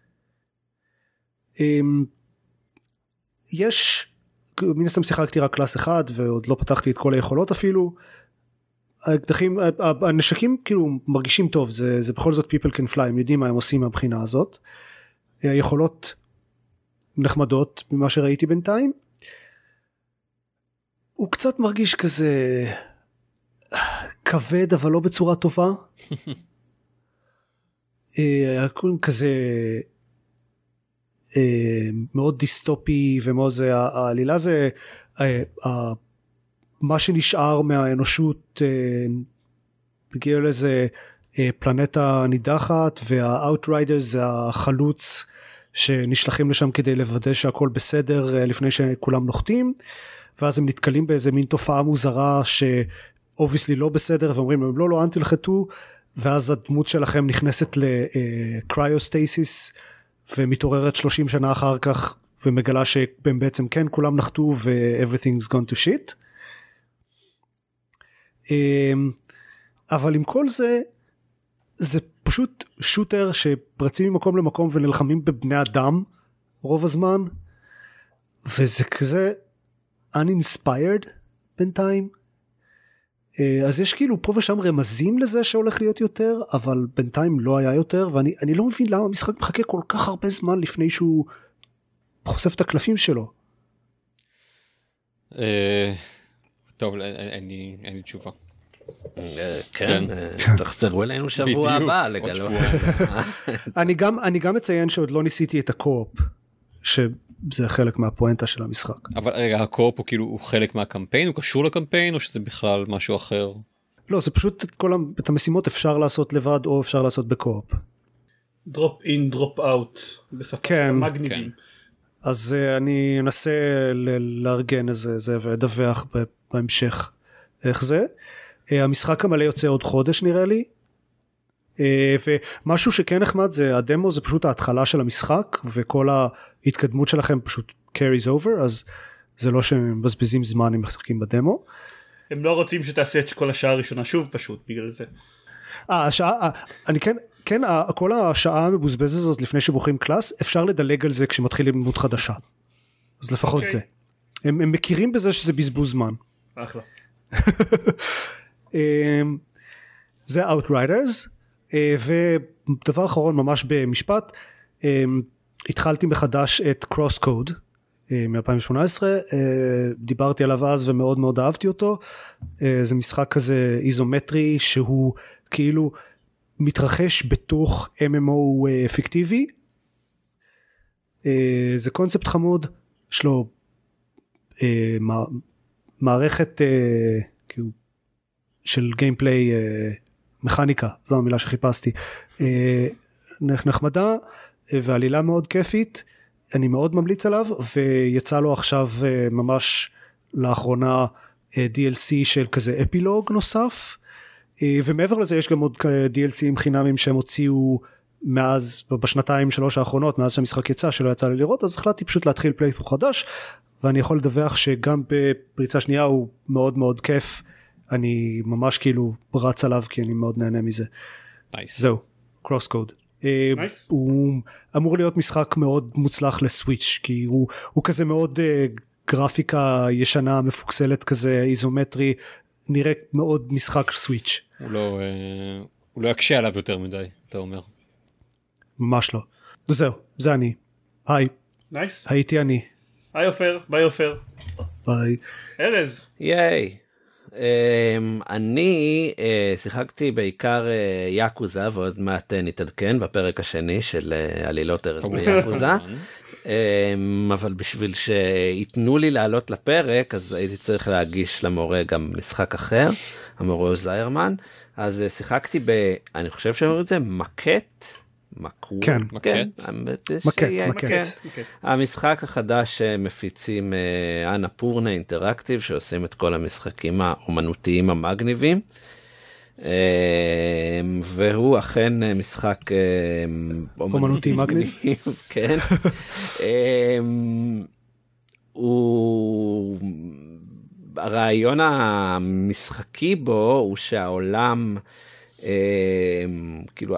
יש, מן הסתם שיחקתי רק קלאס אחד ועוד לא פתחתי את כל היכולות אפילו. האקדחים, הנשקים כאילו מרגישים טוב, זה, זה בכל זאת people can fly, הם יודעים מה הם עושים מהבחינה הזאת. היכולות נחמדות ממה שראיתי בינתיים. הוא קצת מרגיש כזה כבד אבל לא בצורה טובה. הכל כזה מאוד דיסטופי ומאוד זה, העלילה זה מה שנשאר מהאנושות, מגיע לאיזה פלנטה נידחת, והאוטריידר זה החלוץ שנשלחים לשם כדי לוודא שהכל בסדר לפני שכולם נוחתים, ואז הם נתקלים באיזה מין תופעה מוזרה שאובייסלי לא בסדר, ואומרים להם לא לא אל תלחתו, ואז הדמות שלכם נכנסת לקריוסטייסיס ומתעוררת שלושים שנה אחר כך ומגלה שהם בעצם כן כולם נחתו ו-everything's gone to shit. אבל עם כל זה זה פשוט שוטר שפרצים ממקום למקום ונלחמים בבני אדם רוב הזמן, וזה כזה uninspired בינתיים. אז יש כאילו פה ושם רמזים לזה שהולך להיות יותר, אבל בינתיים לא היה יותר, ואני אני לא מבין למה המשחק מחכה כל כך הרבה זמן לפני שהוא חושף את הקלפים שלו. טוב, אין לי תשובה. כן, תחזרו אלינו שבוע הבא לגלות. אני גם מציין שעוד לא ניסיתי את הקו-אופ, שזה חלק מהפואנטה של המשחק. אבל רגע, הקו-אופ הוא כאילו הוא חלק מהקמפיין, הוא קשור לקמפיין, או שזה בכלל משהו אחר? לא, זה פשוט את המשימות אפשר לעשות לבד, או אפשר לעשות בקו-אופ. דרופ אין, דרופ אאוט, בשפה מגניבים. אז אני אנסה לארגן איזה ולדווח בהמשך איך זה. המשחק המלא יוצא עוד חודש נראה לי, ומשהו שכן נחמד זה הדמו, זה פשוט ההתחלה של המשחק, וכל ההתקדמות שלכם פשוט carries over, אז זה לא שהם מבזבזים זמן אם משחקים בדמו. הם לא רוצים שתעשה את כל השעה הראשונה שוב פשוט בגלל זה. אה, השעה, אני כן, כן, כל השעה המבוזבזת הזאת לפני שבוחרים קלאס, אפשר לדלג על זה כשמתחילים לימוד חדשה. אז לפחות זה. הם, הם מכירים בזה שזה בזבוז זמן. אחלה. זה Outriders, ודבר אחרון ממש במשפט, התחלתי מחדש את Crosscode מ-אלפיים שמונה עשרה, דיברתי עליו אז ומאוד מאוד אהבתי אותו. זה משחק כזה איזומטרי שהוא כאילו מתרחש בתוך אם אם או פיקטיבי. זה קונספט חמוד, יש לו מערכת כאילו של גיימפליי, מכניקה, זו המילה שחיפשתי, נחמדה ועלילה מאוד כיפית, אני מאוד ממליץ עליו, ויצא לו עכשיו ממש לאחרונה די אל סי של כזה אפילוג נוסף, ומעבר לזה יש גם עוד די אל סי חינמים שהם הוציאו מאז, בשנתיים שלוש האחרונות, מאז שהמשחק יצא שלא יצא לי לראות, אז החלטתי פשוט להתחיל פליית'רו חדש, ואני יכול לדווח שגם בפריצה שנייה הוא מאוד מאוד כיף, אני ממש כאילו רץ עליו כי אני מאוד נהנה מזה. Nice. זהו, קרוס קוד. Nice. הוא אמור להיות משחק מאוד מוצלח לסוויץ', כי הוא, הוא כזה מאוד uh, גרפיקה ישנה, מפוקסלת כזה, איזומטרי, נראה מאוד משחק סוויץ'. הוא לא, uh, הוא לא יקשה עליו יותר מדי, אתה אומר. ממש לא. זהו, זה אני. היי. נייס. הייתי אני. היי אופר, ביי אופר. ביי. ארז. ייי. Um, אני uh, שיחקתי בעיקר uh, יאקוזה, ועוד מעט uh, נתעדכן בפרק השני של uh, עלילות ארז ביאקוזה. um, אבל בשביל שיתנו לי לעלות לפרק, אז הייתי צריך להגיש למורה גם משחק אחר, המורה הוא זיירמן. אז uh, שיחקתי ב... אני חושב שאומרים את זה מקט. מקו, כן, כן, מקט, מקט. המשחק החדש שמפיצים אנה פורנה אינטראקטיב, שעושים את כל המשחקים האומנותיים המגניבים, והוא אכן משחק אומנותי מגניב, כן. הוא, הרעיון המשחקי בו הוא שהעולם כאילו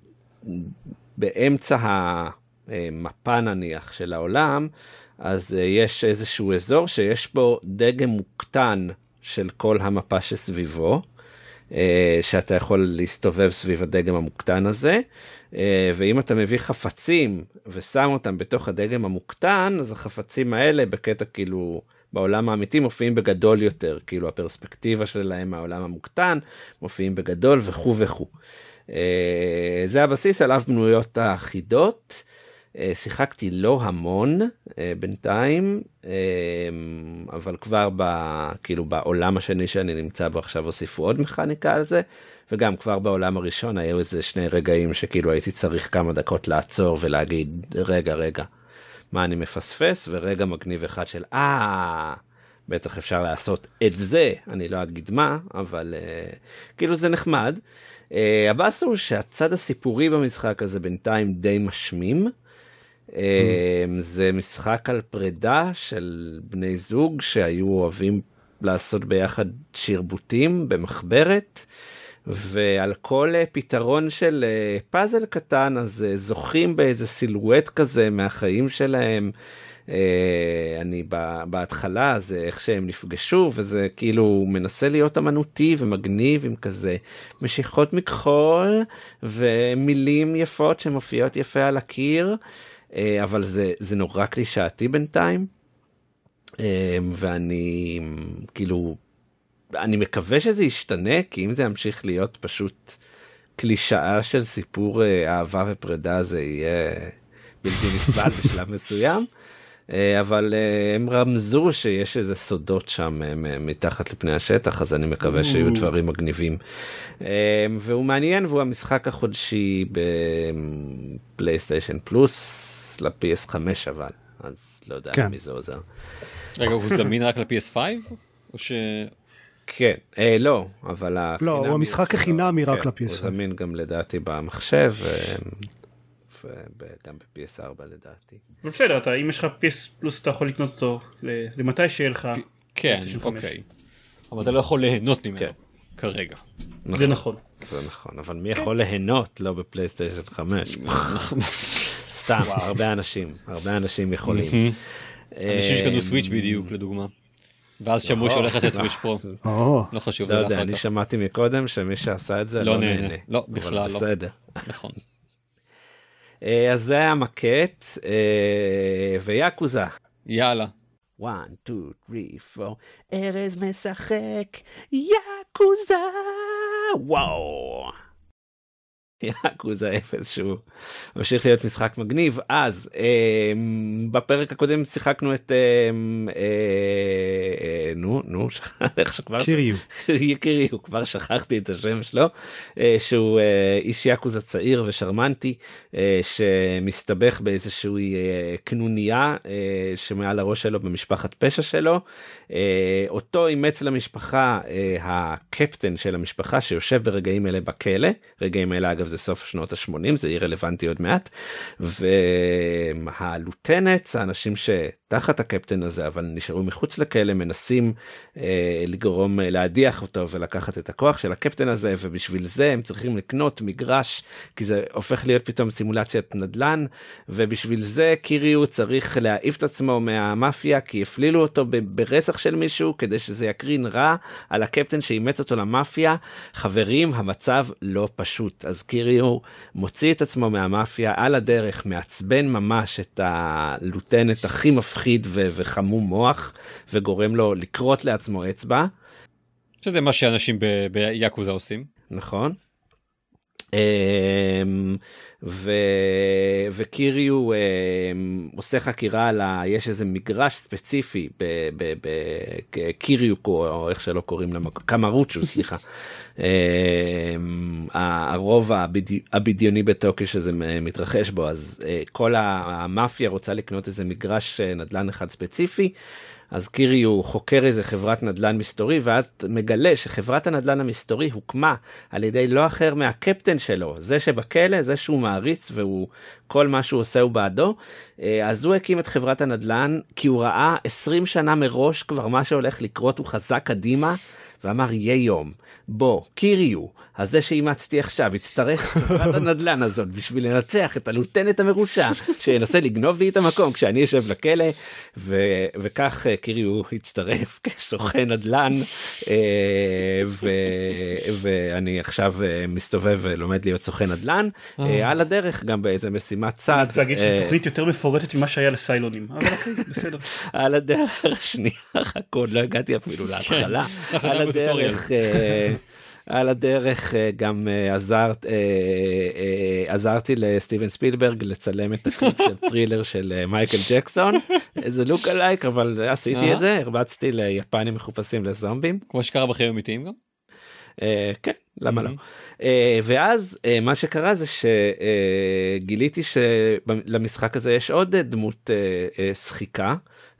באמצע המפה נניח של העולם, אז יש איזשהו אזור שיש בו דגם מוקטן של כל המפה שסביבו, שאתה יכול להסתובב סביב הדגם המוקטן הזה, ואם אתה מביא חפצים ושם אותם בתוך הדגם המוקטן, אז החפצים האלה בקטע כאילו בעולם האמיתי מופיעים בגדול יותר, כאילו הפרספקטיבה שלהם מהעולם המוקטן מופיעים בגדול וכו' וכו'. זה הבסיס עליו בנויות החידות. שיחקתי לא המון בינתיים, אבל כבר ב, כאילו בעולם השני שאני נמצא בו עכשיו הוסיפו עוד מכניקה על זה, וגם כבר בעולם הראשון היו איזה שני רגעים שכאילו הייתי צריך כמה דקות לעצור ולהגיד רגע רגע מה אני מפספס, ורגע מגניב אחד של אה בטח אפשר לעשות את זה, אני לא אגיד מה, אבל כאילו זה נחמד. הבאס הוא שהצד הסיפורי במשחק הזה בינתיים די משמים. זה משחק על פרידה של בני זוג שהיו אוהבים לעשות ביחד שרבוטים במחברת, ועל כל פתרון של פאזל קטן אז זוכים באיזה סילואט כזה מהחיים שלהם. אני בהתחלה זה איך שהם נפגשו, וזה כאילו מנסה להיות אמנותי ומגניב עם כזה משיכות מכחול ומילים יפות שמופיעות יפה על הקיר, אבל זה זה נורא קלישאתי בינתיים, ואני כאילו אני מקווה שזה ישתנה, כי אם זה ימשיך להיות פשוט קלישאה של סיפור אהבה ופרידה זה יהיה בלתי נסבל בשלב מסוים. אבל הם רמזו שיש איזה סודות שם מתחת לפני השטח, אז אני מקווה שיהיו דברים מגניבים. והוא מעניין, והוא המשחק החודשי בפלייסטיישן פלוס ל-פי אס חמש, אבל אז לא יודע למי זה עוזר. רגע, הוא זמין רק ל-פי אס חמש? או ש... כן, לא, אבל... לא, הוא המשחק החינמי רק ל-פי אס חמש. הוא זמין גם לדעתי במחשב, וגם ב-פי אס ארבע לדעתי. בסדר, אתה, אם יש לך פי אס פלוס אתה יכול לקנות אותו למתי שיהיה לך. כן, אוקיי. אבל אתה לא יכול ליהנות ממנו כרגע. זה נכון. זה נכון, אבל מי יכול ליהנות לא בפלייסטיישן חמש? סתם, הרבה אנשים, הרבה אנשים יכולים. אנשים שקנו סוויץ' בדיוק לדוגמה. ואז שמעו שהולך לצאת סוויץ' פרו. לא חשוב. לא יודע, אני שמעתי מקודם שמי שעשה את זה לא נהנה. לא, בכלל לא. בסדר. נכון. אז זה היה מקט, ויאקוזה. יאללה. אחת, שתיים, שלוש, ארבע, ארז משחק יאקוזה. וואו. יאקוזה אפס שהוא ממשיך להיות משחק מגניב. אז אה, בפרק הקודם שיחקנו את אה, אה, נו נו איך שכבר קיריו קיריו כבר שכחתי את השם שלו, אה, שהוא אה, איש יאקוזה צעיר ושרמנטי אה, שמסתבך באיזושהי אה, קנוניה אה, שמעל הראש שלו במשפחת פשע שלו. אה, אותו אימץ למשפחה אה, הקפטן של המשפחה שיושב ברגעים אלה בכלא. רגעים אלה אגב זה סוף שנות ה-שמונים, זה יהיה רלוונטי עוד מעט. והלוטנט, האנשים שתחת הקפטן הזה אבל נשארו מחוץ לכלא, מנסים אה, לגרום להדיח אותו ולקחת את הכוח של הקפטן הזה, ובשביל זה הם צריכים לקנות מגרש, כי זה הופך להיות פתאום סימולציית נדל"ן, ובשביל זה קיריו צריך להעיף את עצמו מהמאפיה, כי הפלילו אותו ברצח של מישהו, כדי שזה יקרין רע על הקפטן שאימץ אותו למאפיה. חברים, המצב לא פשוט. אז קיריו מוציא את עצמו מהמאפיה על הדרך, מעצבן ממש את הלוטנט הכי מפחיד ו- וחמום מוח, וגורם לו לקרות לעצמו אצבע. שזה מה שאנשים ב- ביאקוזה עושים. נכון. ו... וקיריו עושה חקירה על ה... יש איזה מגרש ספציפי בקיריוקו, או איך שלא קוראים למה, קמרוצ'ו, סליחה. הרוב הבדיוני בטוקיו שזה מתרחש בו, אז כל המאפיה רוצה לקנות איזה מגרש נדל"ן אחד ספציפי, אז קיריו חוקר איזה חברת נדל"ן מסתורי, ואז מגלה שחברת הנדל"ן המסתורי הוקמה על ידי לא אחר מהקפטן שלו, זה שבכלא, זה שהוא מעריץ, והוא כל מה שהוא עושה הוא בעדו. אז הוא הקים את חברת הנדל"ן, כי הוא ראה עשרים שנה מראש כבר מה שהולך לקרות, הוא חזק קדימה, ואמר יהיה יום, בוא, קיריו, אז זה שאימצתי עכשיו, יצטרך חברת הנדל"ן הזאת בשביל לנצח את הלוטנט המרושע, שינסה לגנוב לי את המקום כשאני יושב לכלא, ו- וכך קיריו יצטרף כסוכן נדל"ן, ו- ואני עכשיו מסתובב ולומד להיות סוכן נדל"ן, על הדרך גם באיזה משימת צד. אני רוצה להגיד שזו תוכנית יותר מפורטת ממה שהיה לסיילונים, אבל אוקיי, בסדר. על הדרך, שנייה, חכות, לא הגעתי אפילו להתחלה. על הדרך, על הדרך גם עזרת, עזרתי לסטיבן ספילברג לצלם את הקליפ של טרילר של מייקל ג'קסון, זה לוק אלייק, אבל עשיתי את זה, הרבצתי ליפנים מחופשים לזומבים. כמו שקרה בחיים אמיתיים גם? כן, למה לא? ואז מה שקרה זה שגיליתי שלמשחק הזה יש עוד דמות שחיקה,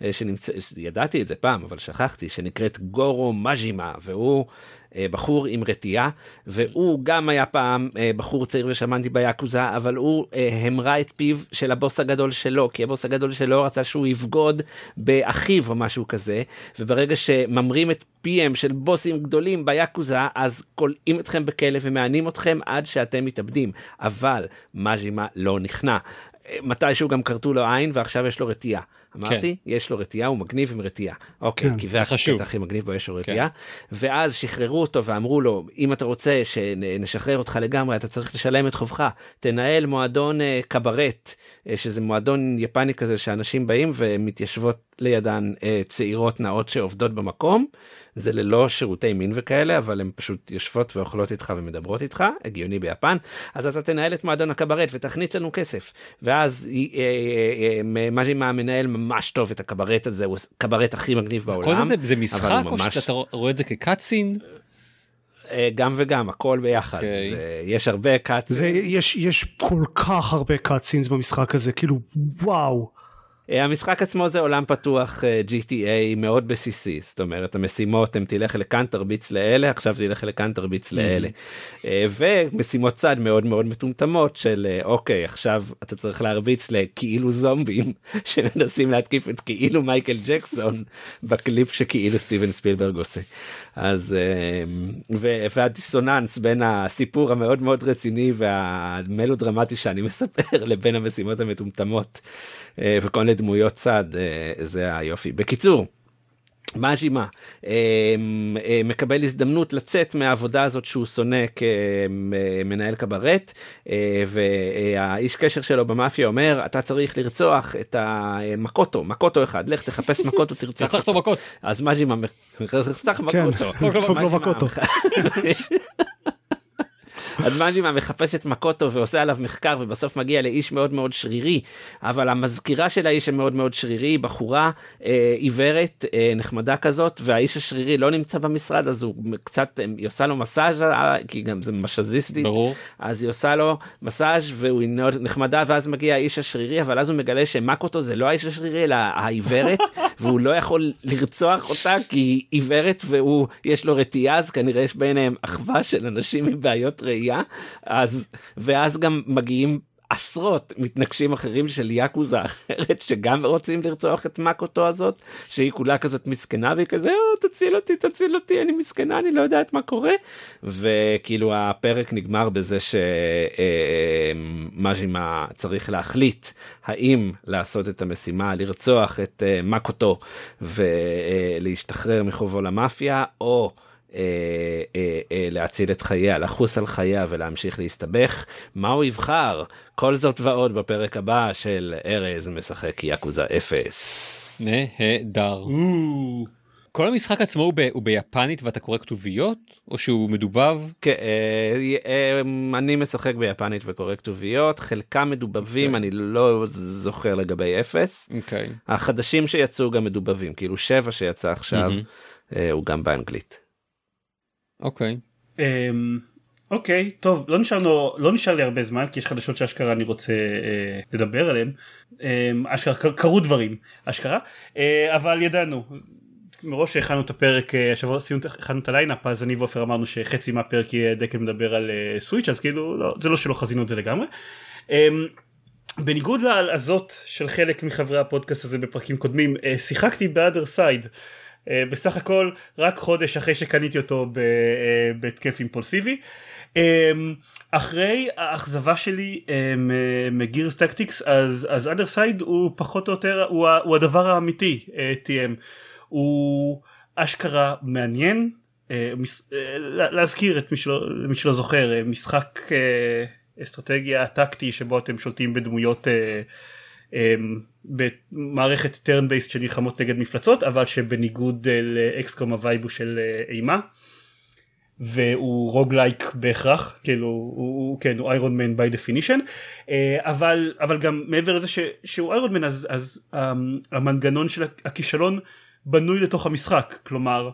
ידעתי את זה פעם אבל שכחתי, שנקראת גורו מז'ימה, והוא בחור עם רתיעה, והוא גם היה פעם בחור צעיר ושמנתי ביאקוזה, אבל הוא המרה את פיו של הבוס הגדול שלו, כי הבוס הגדול שלו רצה שהוא יבגוד באחיו או משהו כזה, וברגע שממרים את פיהם של בוסים גדולים ביאקוזה, אז קולעים אתכם בכלא ומענים אתכם עד שאתם מתאבדים, אבל מז'ימה לא נכנע. מתישהו גם קרתו לו עין ועכשיו יש לו רתיעה. אמרתי, כן. יש לו רתיעה, הוא מגניב עם רתיעה. אוקיי, כן. כי זה הקטע הכי מגניב בו, יש לו רתיעה. כן. ואז שחררו אותו ואמרו לו, אם אתה רוצה שנשחרר אותך לגמרי, אתה צריך לשלם את חובך. תנהל מועדון uh, קברט, uh, שזה מועדון יפני כזה שאנשים באים ומתיישבות לידן uh, צעירות נאות שעובדות במקום. זה ללא שירותי מין וכאלה, אבל הן פשוט יושבות ואוכלות איתך ומדברות איתך, הגיוני ביפן. אז אתה תנהל את מועדון הקברט ותכניס לנו כסף. ואז מז'ימה מנהל ממש טוב את הקברט הזה, הוא קברט הכי מגניב בעולם. כל זה זה משחק או שאתה רואה את זה כקאטסין? גם וגם, הכל ביחד. יש הרבה קאטסין. יש כל כך הרבה קאטסינס במשחק הזה, כאילו וואו. המשחק עצמו זה עולם פתוח ג'י טי איי מאוד בסיסי, זאת אומרת המשימות הם תלך לכאן תרביץ לאלה, עכשיו תלך לכאן תרביץ לאלה, ומשימות צד מאוד מאוד מטומטמות של אוקיי עכשיו אתה צריך להרביץ לכאילו זומבים שמנסים להתקיף את כאילו מייקל ג'קסון בקליפ שכאילו סטיבן ספילברג עושה. אז והדיסוננס בין הסיפור המאוד מאוד רציני והמלודרמטי שאני מספר לבין המשימות המטומטמות וכל מיני דמויות צד, זה היופי. בקיצור, מז'ימה מקבל הזדמנות לצאת מהעבודה הזאת שהוא שונא כמנהל קברט, והאיש קשר שלו במאפיה אומר, אתה צריך לרצוח את המקוטו, מקוטו אחד, לך תחפש מקוטו, תרצח אותו. תרצח אותו מקוט. אז מז'ימה, תרצח מקוטו. דפוק לו מקוטו. אז מג'ימה מחפש את מקוטו ועושה עליו מחקר ובסוף מגיע לאיש מאוד מאוד שרירי, אבל המזכירה של האיש המאוד מאוד שרירי, בחורה אה, עיוורת אה, נחמדה כזאת, והאיש השרירי לא נמצא במשרד, אז הוא קצת, היא עושה לו מסאז', כי גם זה משאזיסטי, ברור. אז היא עושה לו מסאז' והוא נחמדה, ואז מגיע האיש השרירי, אבל אז הוא מגלה שמקוטו זה לא האיש השרירי, אלא העיוורת, והוא לא יכול לרצוח אותה, כי היא עיוורת והוא, יש לו רתיעה, אז כנראה יש ביניהם אחווה של אנשים עם בעיות ראייה, אז, ואז גם מגיעים עשרות מתנגשים אחרים של יאקוזה אחרת, שגם רוצים לרצוח את מקוטו הזאת, שהיא כולה כזאת מסכנה, והיא כזה, או, תציל אותי, תציל אותי, אני מסכנה, אני לא יודעת מה קורה, וכאילו הפרק נגמר בזה שמג'ימה צריך להחליט, האם לעשות את המשימה, לרצוח את מקוטו, ולהשתחרר מחובו למאפיה, או אה, אה, אה, להציל את חייה, לחוס על חייה ולהמשיך להסתבך. מה הוא יבחר? כל זאת ועוד בפרק הבא של ארז משחק יאקוזה אפס. נהדר. כל המשחק עצמו הוא, ב, הוא ביפנית ואתה קורא כתוביות או שהוא מדובב? כן, אה, אה, אני משחק ביפנית וקורא כתוביות, חלקם מדובבים, okay. אני לא זוכר לגבי אפס. Okay. החדשים שיצאו גם מדובבים, כאילו שבע שיצא עכשיו, mm-hmm. אה, הוא גם באנגלית. אוקיי. Okay. Um, אוקיי, okay, טוב, לא נשאר, לו, לא נשאר לי הרבה זמן, כי יש חדשות שאשכרה אני רוצה אה, לדבר עליהם. אה, אשכרה, קרו דברים, אשכרה, אה, אבל ידענו, מראש שהכנו את הפרק, השבוע הכנו את הליינאפ, אז אני ואופר אמרנו שחצי מהפרק יהיה דקל מדבר על אה, סוויץ', אז כאילו, לא, זה לא שלא חזינו את זה לגמרי. אה, בניגוד להלעזות של חלק מחברי הפודקאסט הזה בפרקים קודמים, אה, שיחקתי ב-Other Side, בסך הכל רק חודש אחרי שקניתי אותו בהתקף אימפולסיבי. אחרי האכזבה שלי מגירס טקטיקס, אז אז Other Side הוא פחות או יותר הוא, הוא הדבר האמיתי. טי אם הוא אשכרה מעניין, להזכיר את מי שלא, מי שלא זוכר, משחק אסטרטגיה טקטי שבו אתם שולטים בדמויות במערכת turn based שנלחמות נגד מפלצות, אבל שבניגוד לאקסקום הווייב הוא של אימה, והוא רוגלייק בהכרח, כאילו הוא כן הוא איירון מן by definition, אבל אבל גם מעבר לזה ש, שהוא איירון מן, אז אז המנגנון של הכישלון בנוי לתוך המשחק, כלומר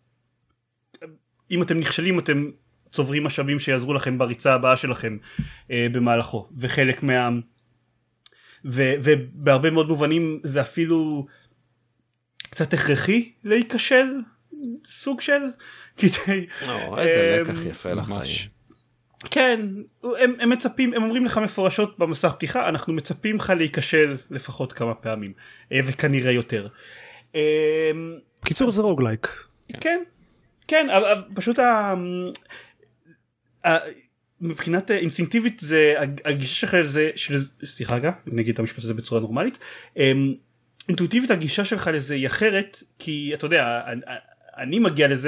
אם אתם נכשלים אתם צוברים משאבים שיעזרו לכם בריצה הבאה שלכם במהלכו, וחלק מה ו- ובהרבה מאוד מובנים זה אפילו קצת הכרחי להיכשל, סוג של כדי... או, איזה לקח יפה לחיים. כן, הם, הם מצפים, הם אומרים לך מפורשות במסך פתיחה, אנחנו מצפים לך להיכשל לפחות כמה פעמים, וכנראה יותר. בקיצור זה רוגלייק. כן, כן, פשוט ה... מבחינת אינסטינקטיבית זה הגישה שלך לזה, סליחה רגע, נגיד את המשפט הזה בצורה נורמלית, אינטואיטיבית הגישה שלך לזה היא אחרת, כי אתה יודע, אני מגיע לזה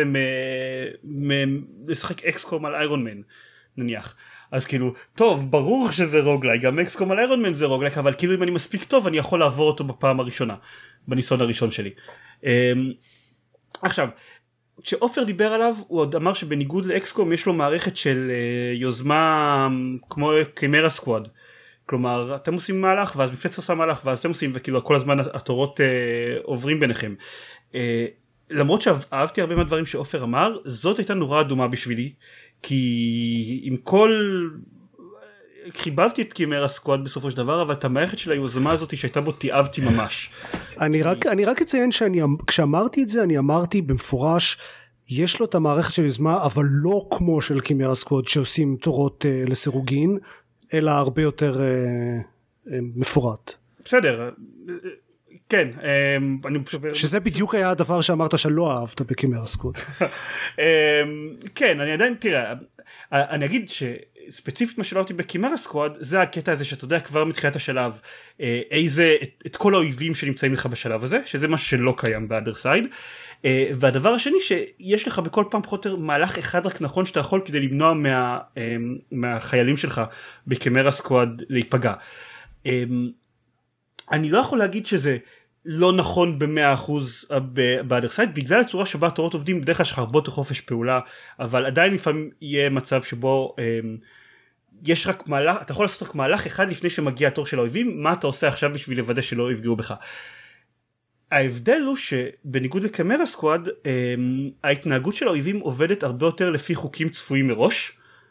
לשחק אקסקום על איירון מן נניח, אז כאילו טוב ברור שזה רוגלייק, גם אקסקום על איירון מן זה רוגלייק, אבל כאילו אם אני מספיק טוב אני יכול לעבור אותו בפעם הראשונה, בניסיון הראשון שלי. עכשיו כשאופר דיבר עליו הוא עוד אמר שבניגוד לאקסקום יש לו מערכת של uh, יוזמה כמו קימרה סקוואד, כלומר אתם עושים מהלך ואז מפלצת עושה מהלך ואז אתם עושים, וכאילו כל הזמן התורות uh, עוברים ביניכם. uh, למרות שאהבתי הרבה מהדברים שאופר אמר, זאת הייתה נורא אדומה בשבילי, כי עם כל חיבבתי את קימרה סקוואד בסופו של דבר, אבל את המערכת של היוזמה הזאת שהייתה בו תיאבתי ממש. אני רק, אני רק אציין שאני, כשאמרתי את זה, אני אמרתי במפורש, יש לו את המערכת של יוזמה, אבל לא כמו של קימרה סקוואד, שעושים תורות אה, לסירוגין, אלא הרבה יותר אה, אה, מפורט. בסדר, כן. אה, אני פשוט... שזה בדיוק היה הדבר שאמרת שלא אהבת בקימרה סקוואד. אה, כן, אני עדיין, תראה, אני אגיד ש... ספציפית מה שלא אותי בקימרה סקוואד זה הקטע הזה שאתה יודע כבר מתחילת השלב אה, איזה את, את כל האויבים שנמצאים לך בשלב הזה, שזה מה שלא קיים ב-Other Side, אה, והדבר השני שיש לך בכל פעם פחות או מהלך אחד רק נכון שאתה יכול כדי למנוע מה, אה, מהחיילים שלך בקימרה סקוואד להיפגע. אה, אני לא יכול להגיד שזה לא נכון ב-מאה אחוז ב-other side, בגלל הצורה שבה תורות עובדים, בדרך כלל יש לך הרבה יותר חופש פעולה, אבל עדיין לפעמים יהיה מצב שבו יש רק מהלך, אתה יכול לעשות רק מהלך אחד לפני שמגיע התור של האויבים, מה אתה עושה עכשיו בשביל לוודא שלא יפגעו בך. ההבדל הוא שבניגוד לקמרה סקוואד, ההתנהגות של האויבים עובדת הרבה יותר לפי חוקים צפויים מראש.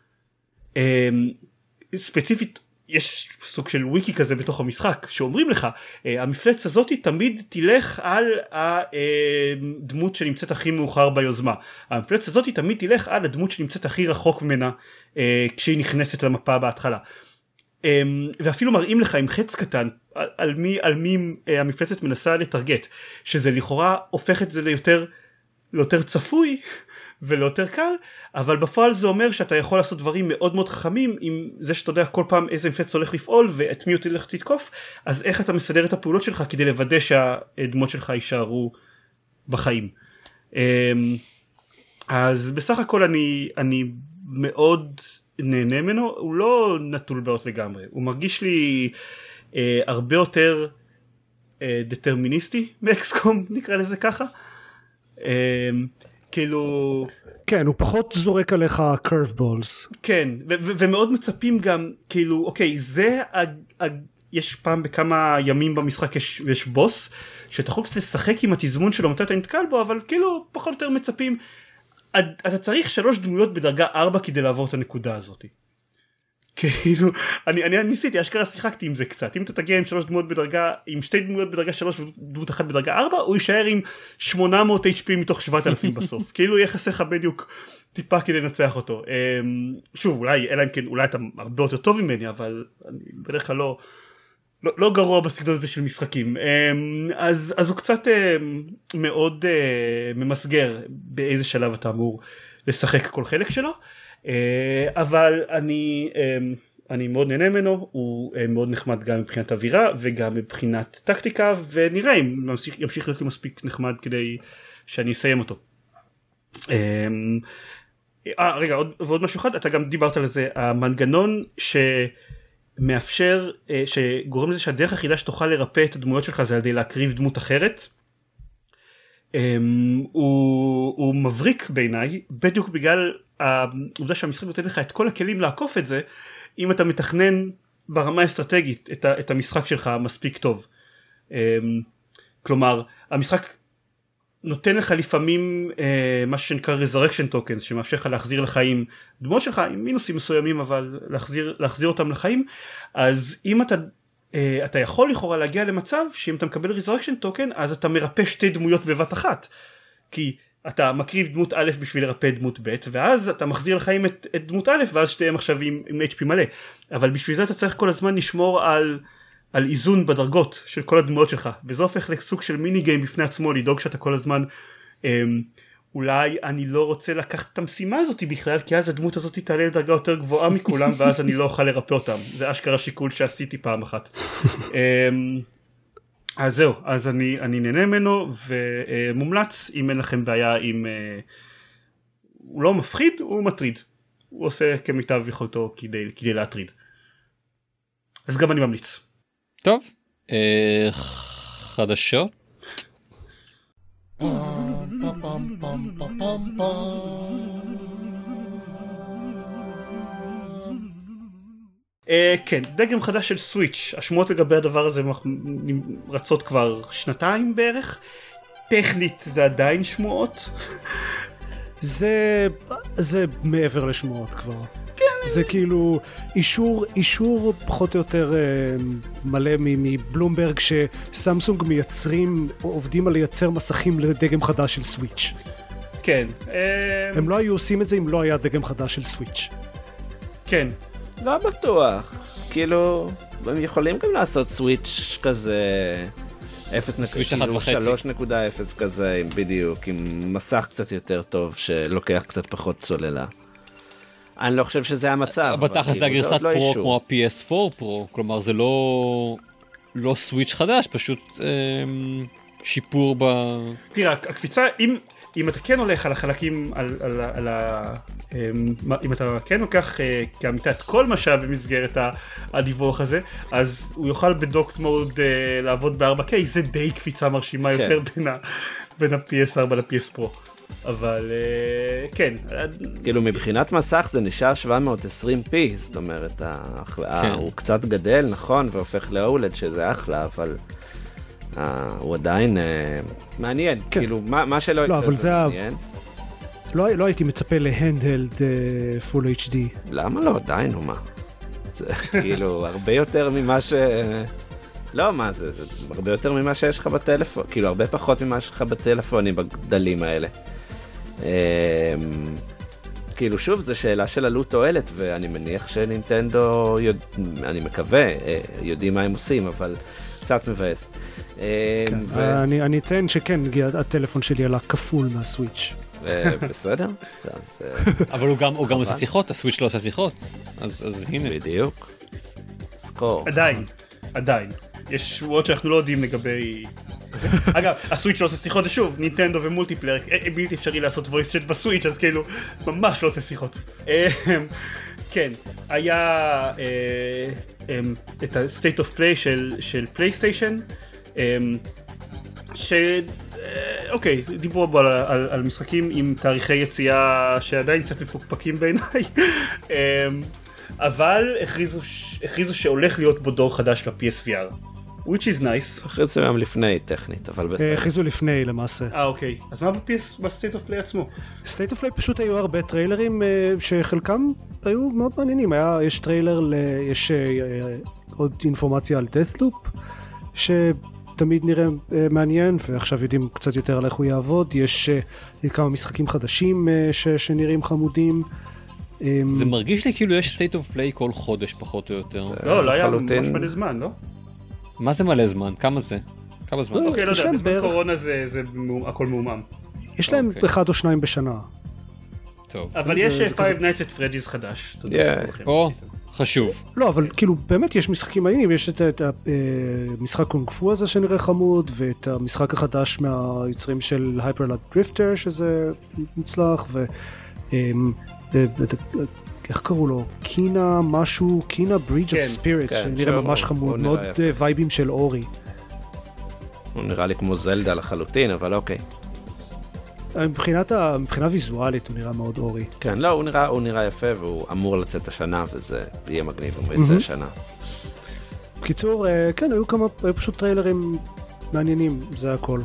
ספציפית, יש סוג של וויקי כזה בתוך המשחק, שאומרים לך, המפלץ הזאת תמיד תלך על הדמות שנמצאת הכי מאוחר ביוזמה. המפלץ הזאת תמיד תלך על הדמות שנמצאת הכי רחוק ממנה, כשהיא נכנסת למפה בהתחלה. ואפילו מראים לך עם חץ קטן, על מי, על מי המפלצת מנסה לטרגט, שזה לכאורה הופך את זה ליותר, ליותר צפוי, וליותר קל, אבל בפועל זה אומר שאתה יכול לעשות דברים מאוד מאוד חכמים עם זה שאתה יודע כל פעם איזה מפלץ הולך לפעול ואת מי הוא תלך לתקוף, אז איך אתה מסדר את הפעולות שלך כדי לוודא שהדמות שלך יישארו בחיים. אז בסך הכל אני, אני מאוד נהנה ממנו, הוא לא נטול בעיות לגמרי, הוא מרגיש לי אה, הרבה יותר אה, דטרמיניסטי מאקסקום, נקרא לזה ככה. אה, כאילו כן, הוא פחות זורק עליך curveballs. כן, ו- ו- ומאוד מצפים גם, כאילו, אוקיי, זה, ה- ה- יש פעם בכמה ימים במשחק יש, יש בוס, שאתה יכול קצת לשחק עם התזמון שלו מתי אתה נתקל בו, אבל כאילו, פחות או יותר מצפים, אתה צריך שלוש דמויות בדרגה ארבע כדי לעבור את הנקודה הזאת. כאילו, אני, אני ניסיתי, אשכרה שיחקתי עם זה קצת. אם אתה תגיע עם שלוש דמויות בדרגה, עם שתי דמויות בדרגה שלוש ודמות אחת בדרגה ארבע, הוא יישאר עם שמונה מאות אייץ' פי מתוך שבעת אלפים בסוף. כאילו יהיה חסר לך בדיוק טיפה כדי לנצח אותו. שוב, אולי, אלא אם כן, אולי אתה הרבה יותר טוב ממני, אבל אני בדרך כלל לא, לא, לא גרוע בסגנון הזה של משחקים. אז, אז הוא קצת מאוד ממסגר באיזה שלב אתה אמור לשחק כל חלק שלו. אבל אני, אני מאוד נהנה ממנו, הוא מאוד נחמד גם מבחינת אווירה וגם מבחינת טקטיקה, ונראה אם ימשיך להיות לי מספיק נחמד כדי שאני אסיים אותו. אה, רגע, עוד, ועוד משהו אחד, אתה גם דיברת על זה, המנגנון שמאפשר, שגורם לזה שהדרך היחידה שתוכל לרפא את הדמויות שלך זה על ידי להקריב דמות אחרת, הוא, הוא מבריק בעיניי, בדיוק בגלל העובדה שהמשחק נותן לך את כל הכלים לעקוף את זה, אם אתה מתכנן ברמה האסטרטגית את, ה, את המשחק שלך מספיק טוב. כלומר, המשחק נותן לך לפעמים מה שנקרא resurrection tokens, שמאפשר לך להחזיר לחיים דמות שלך, עם מינוסים מסוימים, אבל להחזיר, להחזיר אותם לחיים. אז אם אתה, אתה יכול לכאורה להגיע למצב שאם אתה מקבל resurrection token, אז אתה מרפא שתי דמויות בבת אחת. כי אתה מקריב דמות א' בשביל לרפא דמות ב', ואז אתה מחזיר לחיים את, את דמות א', ואז שתיהם עכשיו עם, עם אייץ' פי מלא. אבל בשביל זה אתה צריך כל הזמן לשמור על, על איזון בדרגות של כל הדמויות שלך, וזה הופך לסוג של מיני גיים בפני עצמו, לדאוג שאתה כל הזמן, אמ, אולי אני לא רוצה לקחת את המשימה הזאת בכלל, כי אז הדמות הזאת תעלה לדרגה יותר גבוהה מכולם, ואז אני לא אוכל לרפא אותם. זה אשכרה שיקול שעשיתי פעם אחת. אמ, אז זהו, אז אני, אני נהנה ממנו, ומומלץ, אם אין לכם בעיה עם, הוא לא מפחיד, הוא מטריד. הוא עושה כמיטב יכולתו כדי, כדי להטריד. אז גם אני ממליץ. טוב, אה, חדשות? Uh, כן, דגם חדש של סוויץ', השמועות לגבי הדבר הזה רצות כבר שנתיים בערך, טכנית זה עדיין שמועות. זה, זה מעבר לשמועות כבר. כן. זה כאילו אישור, אישור פחות או יותר uh, מלא מבלומברג שסמסונג מייצרים, או עובדים על לייצר מסכים לדגם חדש של סוויץ'. כן. Uh... הם לא היו עושים את זה אם לא היה דגם חדש של סוויץ'. כן. לא בטוח, כאילו, הם יכולים גם לעשות סוויץ' כזה שלוש נקודה אפס כזה, בדיוק, עם מסך קצת יותר טוב שלוקח קצת פחות צוללה. אני לא חושב שזה המצב. בתכלס זה הגרסת פרו כמו ה-פי אס פור פרו, כלומר זה לא לא סוויץ' חדש, פשוט שיפור ב... תראה, הקפיצה, אם אם אתה כן הולך על החלקים, על, על, על ה... אם אתה כן לוקח כאמיתה את כל משאב במסגרת הדיווח הזה, אז הוא יוכל בדוקט מוד לעבוד ב-ארבע קיי, זה די קפיצה מרשימה כן. יותר בין, ה, בין ה-פי אס ארבע ל-פי אס Pro. אבל כן. כאילו מבחינת מסך זה נשאר שבע מאות עשרים פי, זאת אומרת, כן. הוא קצת גדל, נכון, והופך ל-אולד שזה אחלה, אבל הוא עדיין מעניין, כן. כאילו מה שלא יקרה לא, זה מעניין. לא, לא הייתי מצפה להנדהלד פול אייץ' די. למה לא? די, נו מה. זה כאילו הרבה יותר ממה ש... לא, מה זה? זה הרבה יותר ממה שיש לך בטלפון. כאילו, הרבה פחות ממה שיש לך בטלפונים בגדלים האלה. כאילו, שוב, זו שאלה של עלות תועלת, ואני מניח שנינטנדו, יודע, אני מקווה, יודעים מה הם עושים, אבל קצת מבאס. כן, ו... אני, אני אציין שכן, הטלפון שלי עלה כפול מהסוויץ'. בסדר. אבל הוא גם, הוא גם עושה שיחות, הסוויץ' לא עושה שיחות. אז, אז הנה. בדיוק. סקור. עדיין, עדיין. יש שבועות שאנחנו לא יודעים לגבי... אגב, הסוויץ' לא עושה שיחות, זה שוב, נינטנדו ומולטיפלייר, בלתי אפשרי לעשות voice chat בסוויץ', אז כאילו, ממש לא עושה שיחות. כן, היה את ה-State of Play של פלייסטיישן, ש... אוקיי, דיברו בו על, על, על משחקים עם תאריכי יציאה שעדיין קצת מפוקפקים בעיניי, אבל הכריזו, הכריזו שהולך להיות בו דור חדש ל-פי אס וי אר, which is nice. הכריזו גם לפני טכנית, אבל בסדר. הכריזו לפני למעשה. אה, אוקיי. אז מה ב-פי אס, ב-State of Play עצמו? State of Play פשוט היו הרבה טריילרים שחלקם היו מאוד מעניינים. היה, יש טריילר, ל, יש עוד אינפורמציה על Deathloop, ש... תמיד נראה מעניין, ועכשיו יודעים קצת יותר על איך הוא יעבוד. יש כמה משחקים חדשים ש, שנראים חמודים. זה מרגיש לי כאילו יש State of Play כל חודש פחות או יותר. לא, לא היה ממש מלא זמן, לא? מה זה מלא זמן? כמה זה? כמה זמן? אוקיי, לא יודע, בזמן קורונה זה הכל מאומם. יש להם אחד או שניים בשנה. טוב. אבל יש Five Nights at Freddy's חדש. או, חשוב. לא, אבל כאילו באמת יש משחקים מעניינים, יש את המשחק קונג פו הזה שנראה חמוד, ואת המשחק החדש מהיוצרים של Hyperlight Drifter שזה מוצלח, ו... איך קראו לו? קינה משהו, קינה Bridge of Spirits, שנראה ממש חמוד, מאוד וייבים של אורי. הוא נראה לי כמו זלדה לחלוטין, אבל אוקיי. מבחינת ה... מבחינה ויזואלית הוא נראה מאוד אורי. כן, לא, הוא נראה, הוא נראה יפה, והוא אמור לצאת השנה, וזה יהיה מגניב, הוא יצא השנה. בקיצור, כן, היו כמה, היו פשוט טריילרים מעניינים, זה הכל.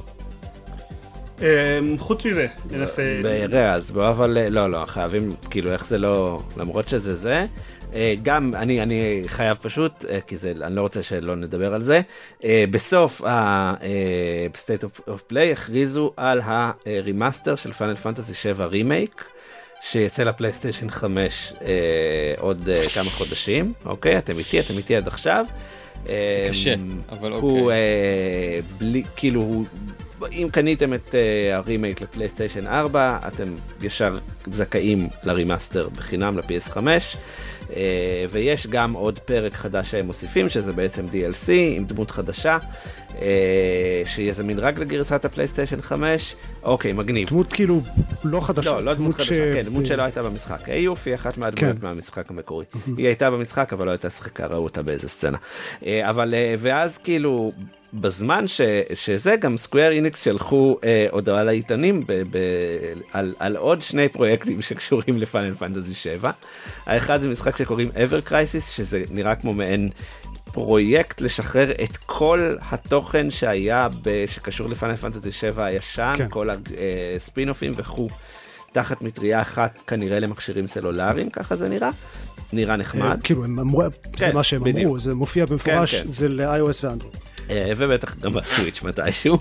חוץ מזה, ננסה... בעירה, אז בוא, אבל לא, לא, חייבים, כאילו, איך זה לא... למרות שזה זה, גם אני, אני חייב פשוט, כי זה, אני לא רוצה שלא נדבר על זה, בסוף ה-State of Play הכריזו על הרימאסטר של פיינל פנטסי שבע רימייק, שיצא לפלייסטיישן חמש עוד כמה חודשים, אוקיי? אתם איתי, אתם איתי עד עכשיו. קשה, אבל אוקיי. הוא בלי, כאילו, הוא... אם קניתם את uh, הרימייק לפלייסטיישן ארבע, אתם ישר זכאים לרימאסטר בחינם ל-פי אס חמש, uh, ויש גם עוד פרק חדש שהם מוסיפים, שזה בעצם די אל סי עם דמות חדשה, uh, שיהיה זמין רק לגרסת הפלייסטיישן חמש. אוקיי, מגניב. דמות כאילו לא חדשה. לא, לא דמות חדשה, ש... כן, דמות שלא הייתה במשחק. היא יופי, אחת מהדמות כן. מהמשחק המקורי. היא הייתה במשחק, אבל לא הייתה שחקה, ראו אותה באיזה סצנה. Uh, אבל, uh, ואז כאילו... בזמן ש, שזה גם סקוואר איניקס שלחו אה, הודעה לעיתונים ב, ב, על, על עוד שני פרויקטים שקשורים לפיינל פנטסי שבע. האחד זה משחק שקוראים Ever Crisis, שזה נראה כמו מעין פרויקט לשחרר את כל התוכן שהיה ב, שקשור לפיינל פנטסי שבע הישן, כן. כל הספינופים וכו', תחת מטריה אחת כנראה למכשירים סלולריים, ככה זה נראה. נראה נחמד. כאילו, זה מה שהם אמרו, זה מופיע במפורש, זה ל-iOS ואנדרואיד. ובטח גם בסוויץ' מתישהו.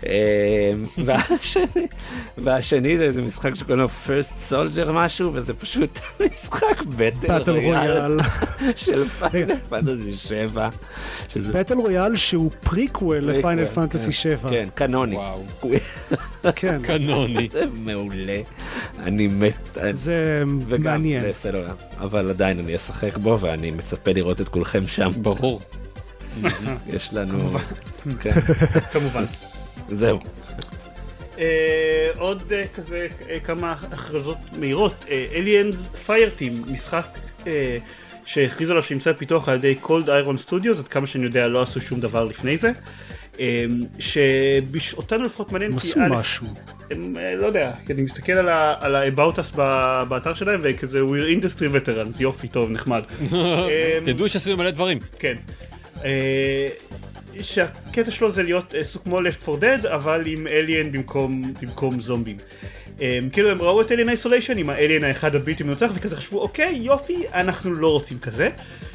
והשני זה איזה משחק שקוראים לו First Soldier משהו, וזה פשוט משחק בטל רויאל של פיינל פנטסי שבע. בטל רויאל שהוא פריקוול לפיינל פנטסי שבע. כן, קנוני. כן. קנוני. זה מעולה. אני מת. זה מעניין. אבל עדיין אני אשחק בו, ואני מצפה לראות את כולכם שם. ברור. יש לנו... כמובן. זהו. עוד כזה כמה הכרזות מהירות. Aliens Fireteam, משחק שהכריז עליו שנמצא בפיתוח על ידי Cold Iron Studios, עד כמה שאני יודע לא עשו שום דבר לפני זה, שאותנו לפחות מעניין, הם עשו משהו, לא יודע, אני מסתכל על ה-About Us באתר שלהם וכזה We're Industry Veterans, יופי, טוב, נחמד. תדעו שעשו מלא דברים. כן. שהקטע שלו זה להיות סוג כמו Left four Dead אבל עם Alien במקום, במקום זומבים. כאילו הם ראו את Alien Isolation עם האליין האחד הבלתי מנוצח וכזה חשבו אוקיי יופי אנחנו לא רוצים כזה.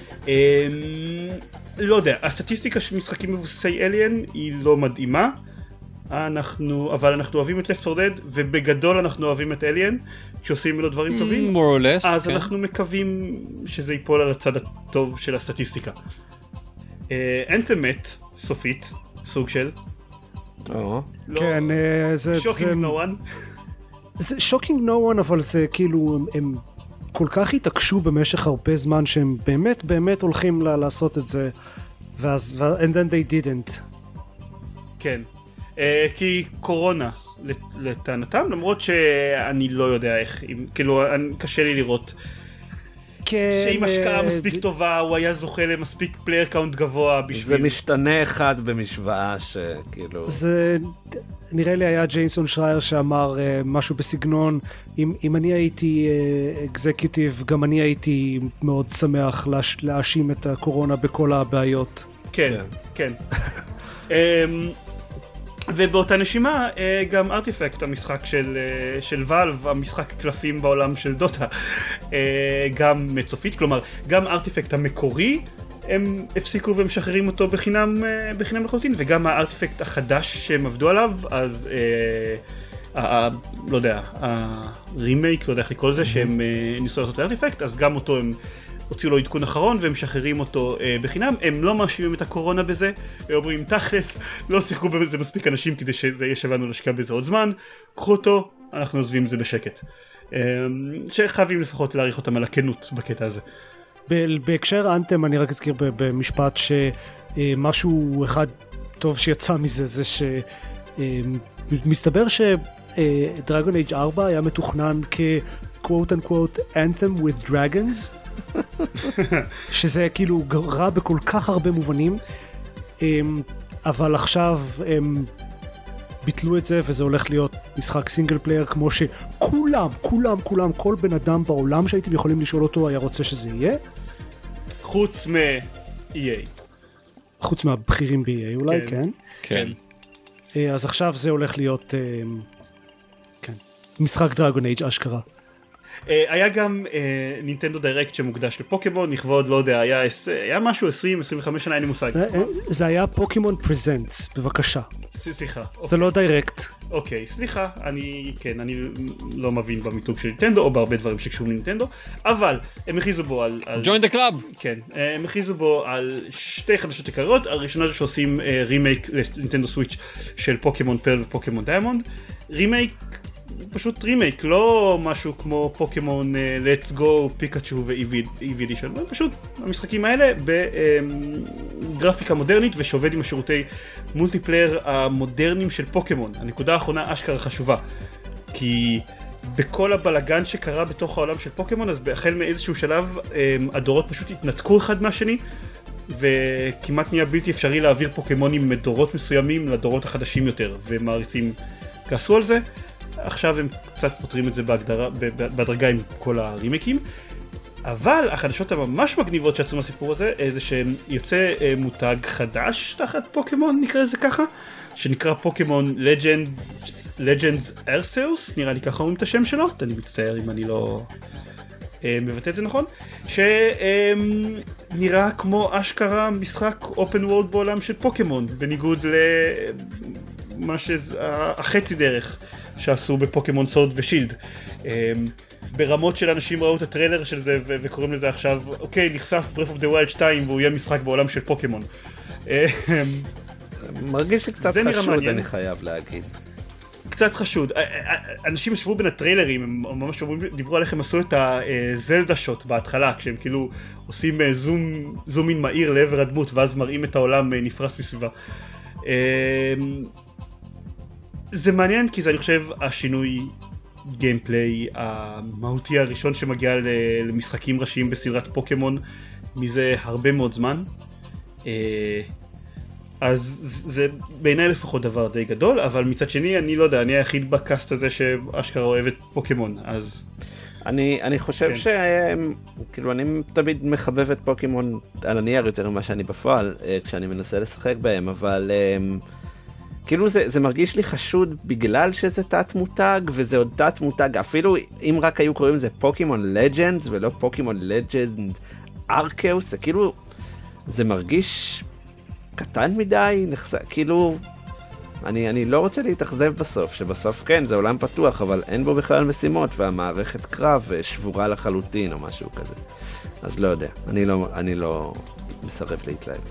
לא יודע, הסטטיסטיקה של משחקים מבוססי Alien היא לא מדהימה, אנחנו, אבל אנחנו אוהבים את Left four Dead ובגדול אנחנו אוהבים את Alien כשעושים לו דברים טובים, more or less, אז כן. אנחנו מקווים שזה ייפול על הצד הטוב של הסטטיסטיקה. אנת'ם סופית, סוג של כן, זה שוקינג נו וואן, זה שוקינג נו וואן, אבל זה כאילו הם כל כך התעקשו במשך הרבה זמן שהם באמת באמת הולכים לעשות את זה, ואז and then they didn't. כן, כי קורונה לטענתם, למרות שאני לא יודע איך, כאילו קשה לי לראות שאם השקעה מספיק טובה הוא היה זוכה למספיק פלייר קאונט גבוה בשביל... זה משתנה אחד במשוואה שכאילו... זה נראה לי היה ג'ייסון שרייר שאמר uh, משהו בסגנון, אם, אם אני הייתי אקזקיוטיב, uh, גם אני הייתי מאוד שמח להש... להאשים את הקורונה בכל הבעיות. כן, כן. um, ובאותה נשימה גם ארטיפקט, המשחק של, של ואלב, המשחק קלפים בעולם של דוטה, גם מצופית, כלומר גם ארטיפקט המקורי הם הפסיקו ומשחררים אותו בחינם, בחינם לחלוטין, וגם הארטיפקט החדש שהם עבדו עליו, אז ה, לא יודע, הרימייק, לא יודע איך לקרוא לזה, שהם ניסו לעשות ארטיפקט, אז גם אותו הם הוציאו לו עדכון אחרון והם משחררים אותו אה, בחינם. הם לא מאשימים את הקורונה בזה, הם אומרים תכלס, לא שיחקו בזה מספיק אנשים כדי שזה יהיה שווה לנו להשקיע בזה עוד זמן, קחו אותו, אנחנו עוזבים את זה בשקט. אה, שחייבים לפחות להעריך אותם על הכנות בקטע הזה. בהקשר אנתם אני רק אזכיר במשפט שמשהו אחד טוב שיצא מזה זה שמסתבר שדרגון אייג' ארבע היה מתוכנן כ-quote unquote anthem with dragons, שזה כאילו רע בכל כך הרבה מובנים, אבל עכשיו הם ביטלו את זה וזה הולך להיות משחק סינגל פלייר כמו שכולם, כולם, כולם, כל בן אדם בעולם שהייתם יכולים לשאול אותו היה רוצה שזה יהיה, חוץ מ-E A, חוץ מהבחירים ב-E A אולי, כן, כן. אז עכשיו זה הולך להיות כן, משחק דרגון אייג' אשכרה. היה גם נינטנדו דיירקט שמוקדש לפוקימון, לכבוד, לא יודע, היה משהו עשרים עשרים וחמש שנה, אין לי מושג. זה היה פוקימון פרזנטס, בבקשה. סליחה. זה לא דיירקט. אוקיי, סליחה, אני, כן, אני לא מבין במיתוג של נינטנדו, או בהרבה דברים שקשורים לנינטנדו, אבל הם הכריזו בו על... Join the club! כן, הם הכריזו בו על שתי חדשות עיקריות, הראשונה זה שעושים רימייק לנינטנדו סוויץ' של פוקימון פרל ופוקימון דיימונד, רימייק, פשוט רימייק, לא משהו כמו פוקימון Let's Go, פיקאצ'ו ו-E V Edition, פשוט המשחקים האלה בגרפיקה מודרנית ושעובד עם השירותי מולטיפלייר המודרניים של פוקימון. הנקודה האחרונה אשכרה חשובה, כי בכל הבלגן שקרה בתוך העולם של פוקימון, אז החל מאיזשהו שלב הדורות פשוט התנתקו אחד מהשני, וכמעט נהיה בלתי אפשרי להעביר פוקימונים מדורות מסוימים לדורות החדשים יותר, ומעריצים כעסו על זה. עכשיו הם קצת פותרים את זה בהגדרה, בהדרגה עם כל הרימיקים, אבל החדשות הממש מגניבות שיצאו מהסיפור הזה, זה שיוצא מותג חדש תחת פוקימון, נקרא לזה ככה, שנקרא פוקימון Legends Arceus, נראה לי ככה אומרים את השם שלו, אני מצטער אם אני לא מבטא את זה נכון, שנראה כמו אשכרה משחק אופן וורד בעולם של פוקימון, בניגוד למה שהחצי דרך שעשו בפוקימון סורד ושילד. ברמות של אנשים ראו את הטריילר של זה ו- וקוראים לזה עכשיו, אוקיי, נחשף Breath of the Wild שתיים והוא יהיה משחק בעולם של פוקימון. מרגיש לי קצת חשוד, אני חייב להגיד. קצת חשוד. אנשים ישבו בין הטריילרים, הם ממש דיברו על איך הם עשו את הזלדה שוט בהתחלה, כשהם כאילו עושים זום, זום אין מהיר לעבר הדמות ואז מראים את העולם נפרס בסביבה. זה מעניין כי זה אני חושב השינוי גיימפליי המהותי הראשון שמגיע למשחקים ראשיים בסדרת פוקימון מזה הרבה מאוד זמן. אז זה בעיניי לפחות דבר די גדול, אבל מצד שני אני לא יודע, אני היחיד בקאסט הזה שאשכרה אוהב את פוקימון, אז... אני, אני חושב כן. ש... כאילו אני תמיד מחבב את פוקימון על הנייר יותר ממה שאני בפועל, כשאני מנסה לשחק בהם, אבל... כאילו זה, זה מרגיש לי חשוד בגלל שזה תת מותג, וזה עוד תת מותג, אפילו אם רק היו קוראים לזה פוקימון לג'נדס, ולא פוקימון לג'נד ארקאוס, זה כאילו... זה מרגיש... קטן מדי, נחס... כאילו, אני, אני לא רוצה להתאכזב בסוף, שבסוף כן, זה עולם פתוח, אבל אין בו בכלל משימות, והמערכת קרב שבורה לחלוטין או משהו כזה. אז לא יודע, אני לא, אני לא מסרב להתלהב.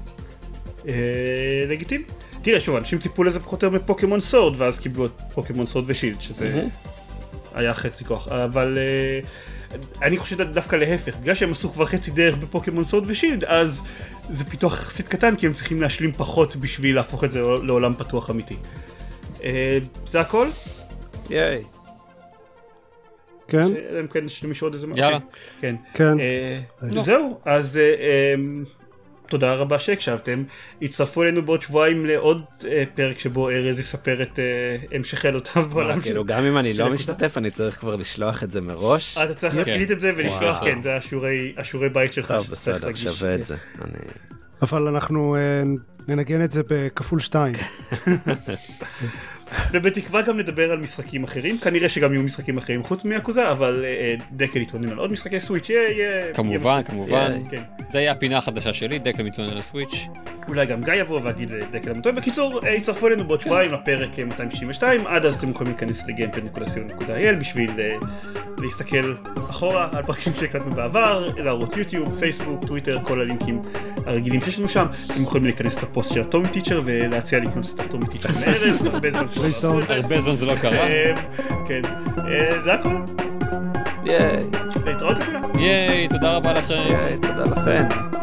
אה, לגיטימי. תראה, שוב, אנשים ציפו לזה פחות או יותר מפוקימון סורד, ואז קיבלו את פוקימון סורד ושילד, שזה היה חצי כוח, אבל... אני חושב דווקא להפך, בגלל שהם עשו כבר חצי דרך בפוקימון סורד ושילד, אז זה פיתוח יחסית קטן, כי הם צריכים להשלים פחות בשביל להפוך את זה לעולם פתוח אמיתי. זה הכל? ייי. כן? כן, יש למישהו עוד איזה... יאללה. כן. כן. זהו, אז... תודה רבה שהקשבתם. הצטרפו אלינו בעוד שבועיים לעוד פרק שבו ארז יספר את המשך חילותיו בעולם שלו. כאילו גם אם אני לא משתתף אני צריך כבר לשלוח את זה מראש. אתה צריך להקליט את זה ולשלוח, כן, זה השיעורי בית שלך. טוב, בסדר, שווה את זה. אבל אנחנו ננגן את זה בכפול שתיים. ובתקווה גם נדבר על משחקים אחרים, כנראה שגם יהיו משחקים אחרים חוץ מיאקוזה, אבל דקל יתלונן על עוד משחקי סוויץ' יהיה... כמובן, כמובן. זה יהיה הפינה החדשה שלי, דקל מתלונן על סוויץ'. אולי גם גיא יבוא ואגיד דקל המטוי. בקיצור, יצטרפו אלינו בעוד שבועיים לפרק מאתיים שישים ושתיים, עד אז אתם יכולים להיכנס לגיימפד נקודה סי או נקודה איי אל בשביל להסתכל אחורה על פרקים שהקלטנו בעבר, להראות יוטיוב, פייסבוק, טוויטר, כל הלינקים הרגילים שיש לנו שם. אתם יכולים להיכנס לפוסט של הטומי טיצ'ר ולהציע לקנות את הטומי טיצ'ר מארז, הרבה זמן הרבה זמן זה לא קרה. כן, זה הכל. ייי. להתראות לכולם. ייי, תודה רבה לכם. ייי, תודה לכם.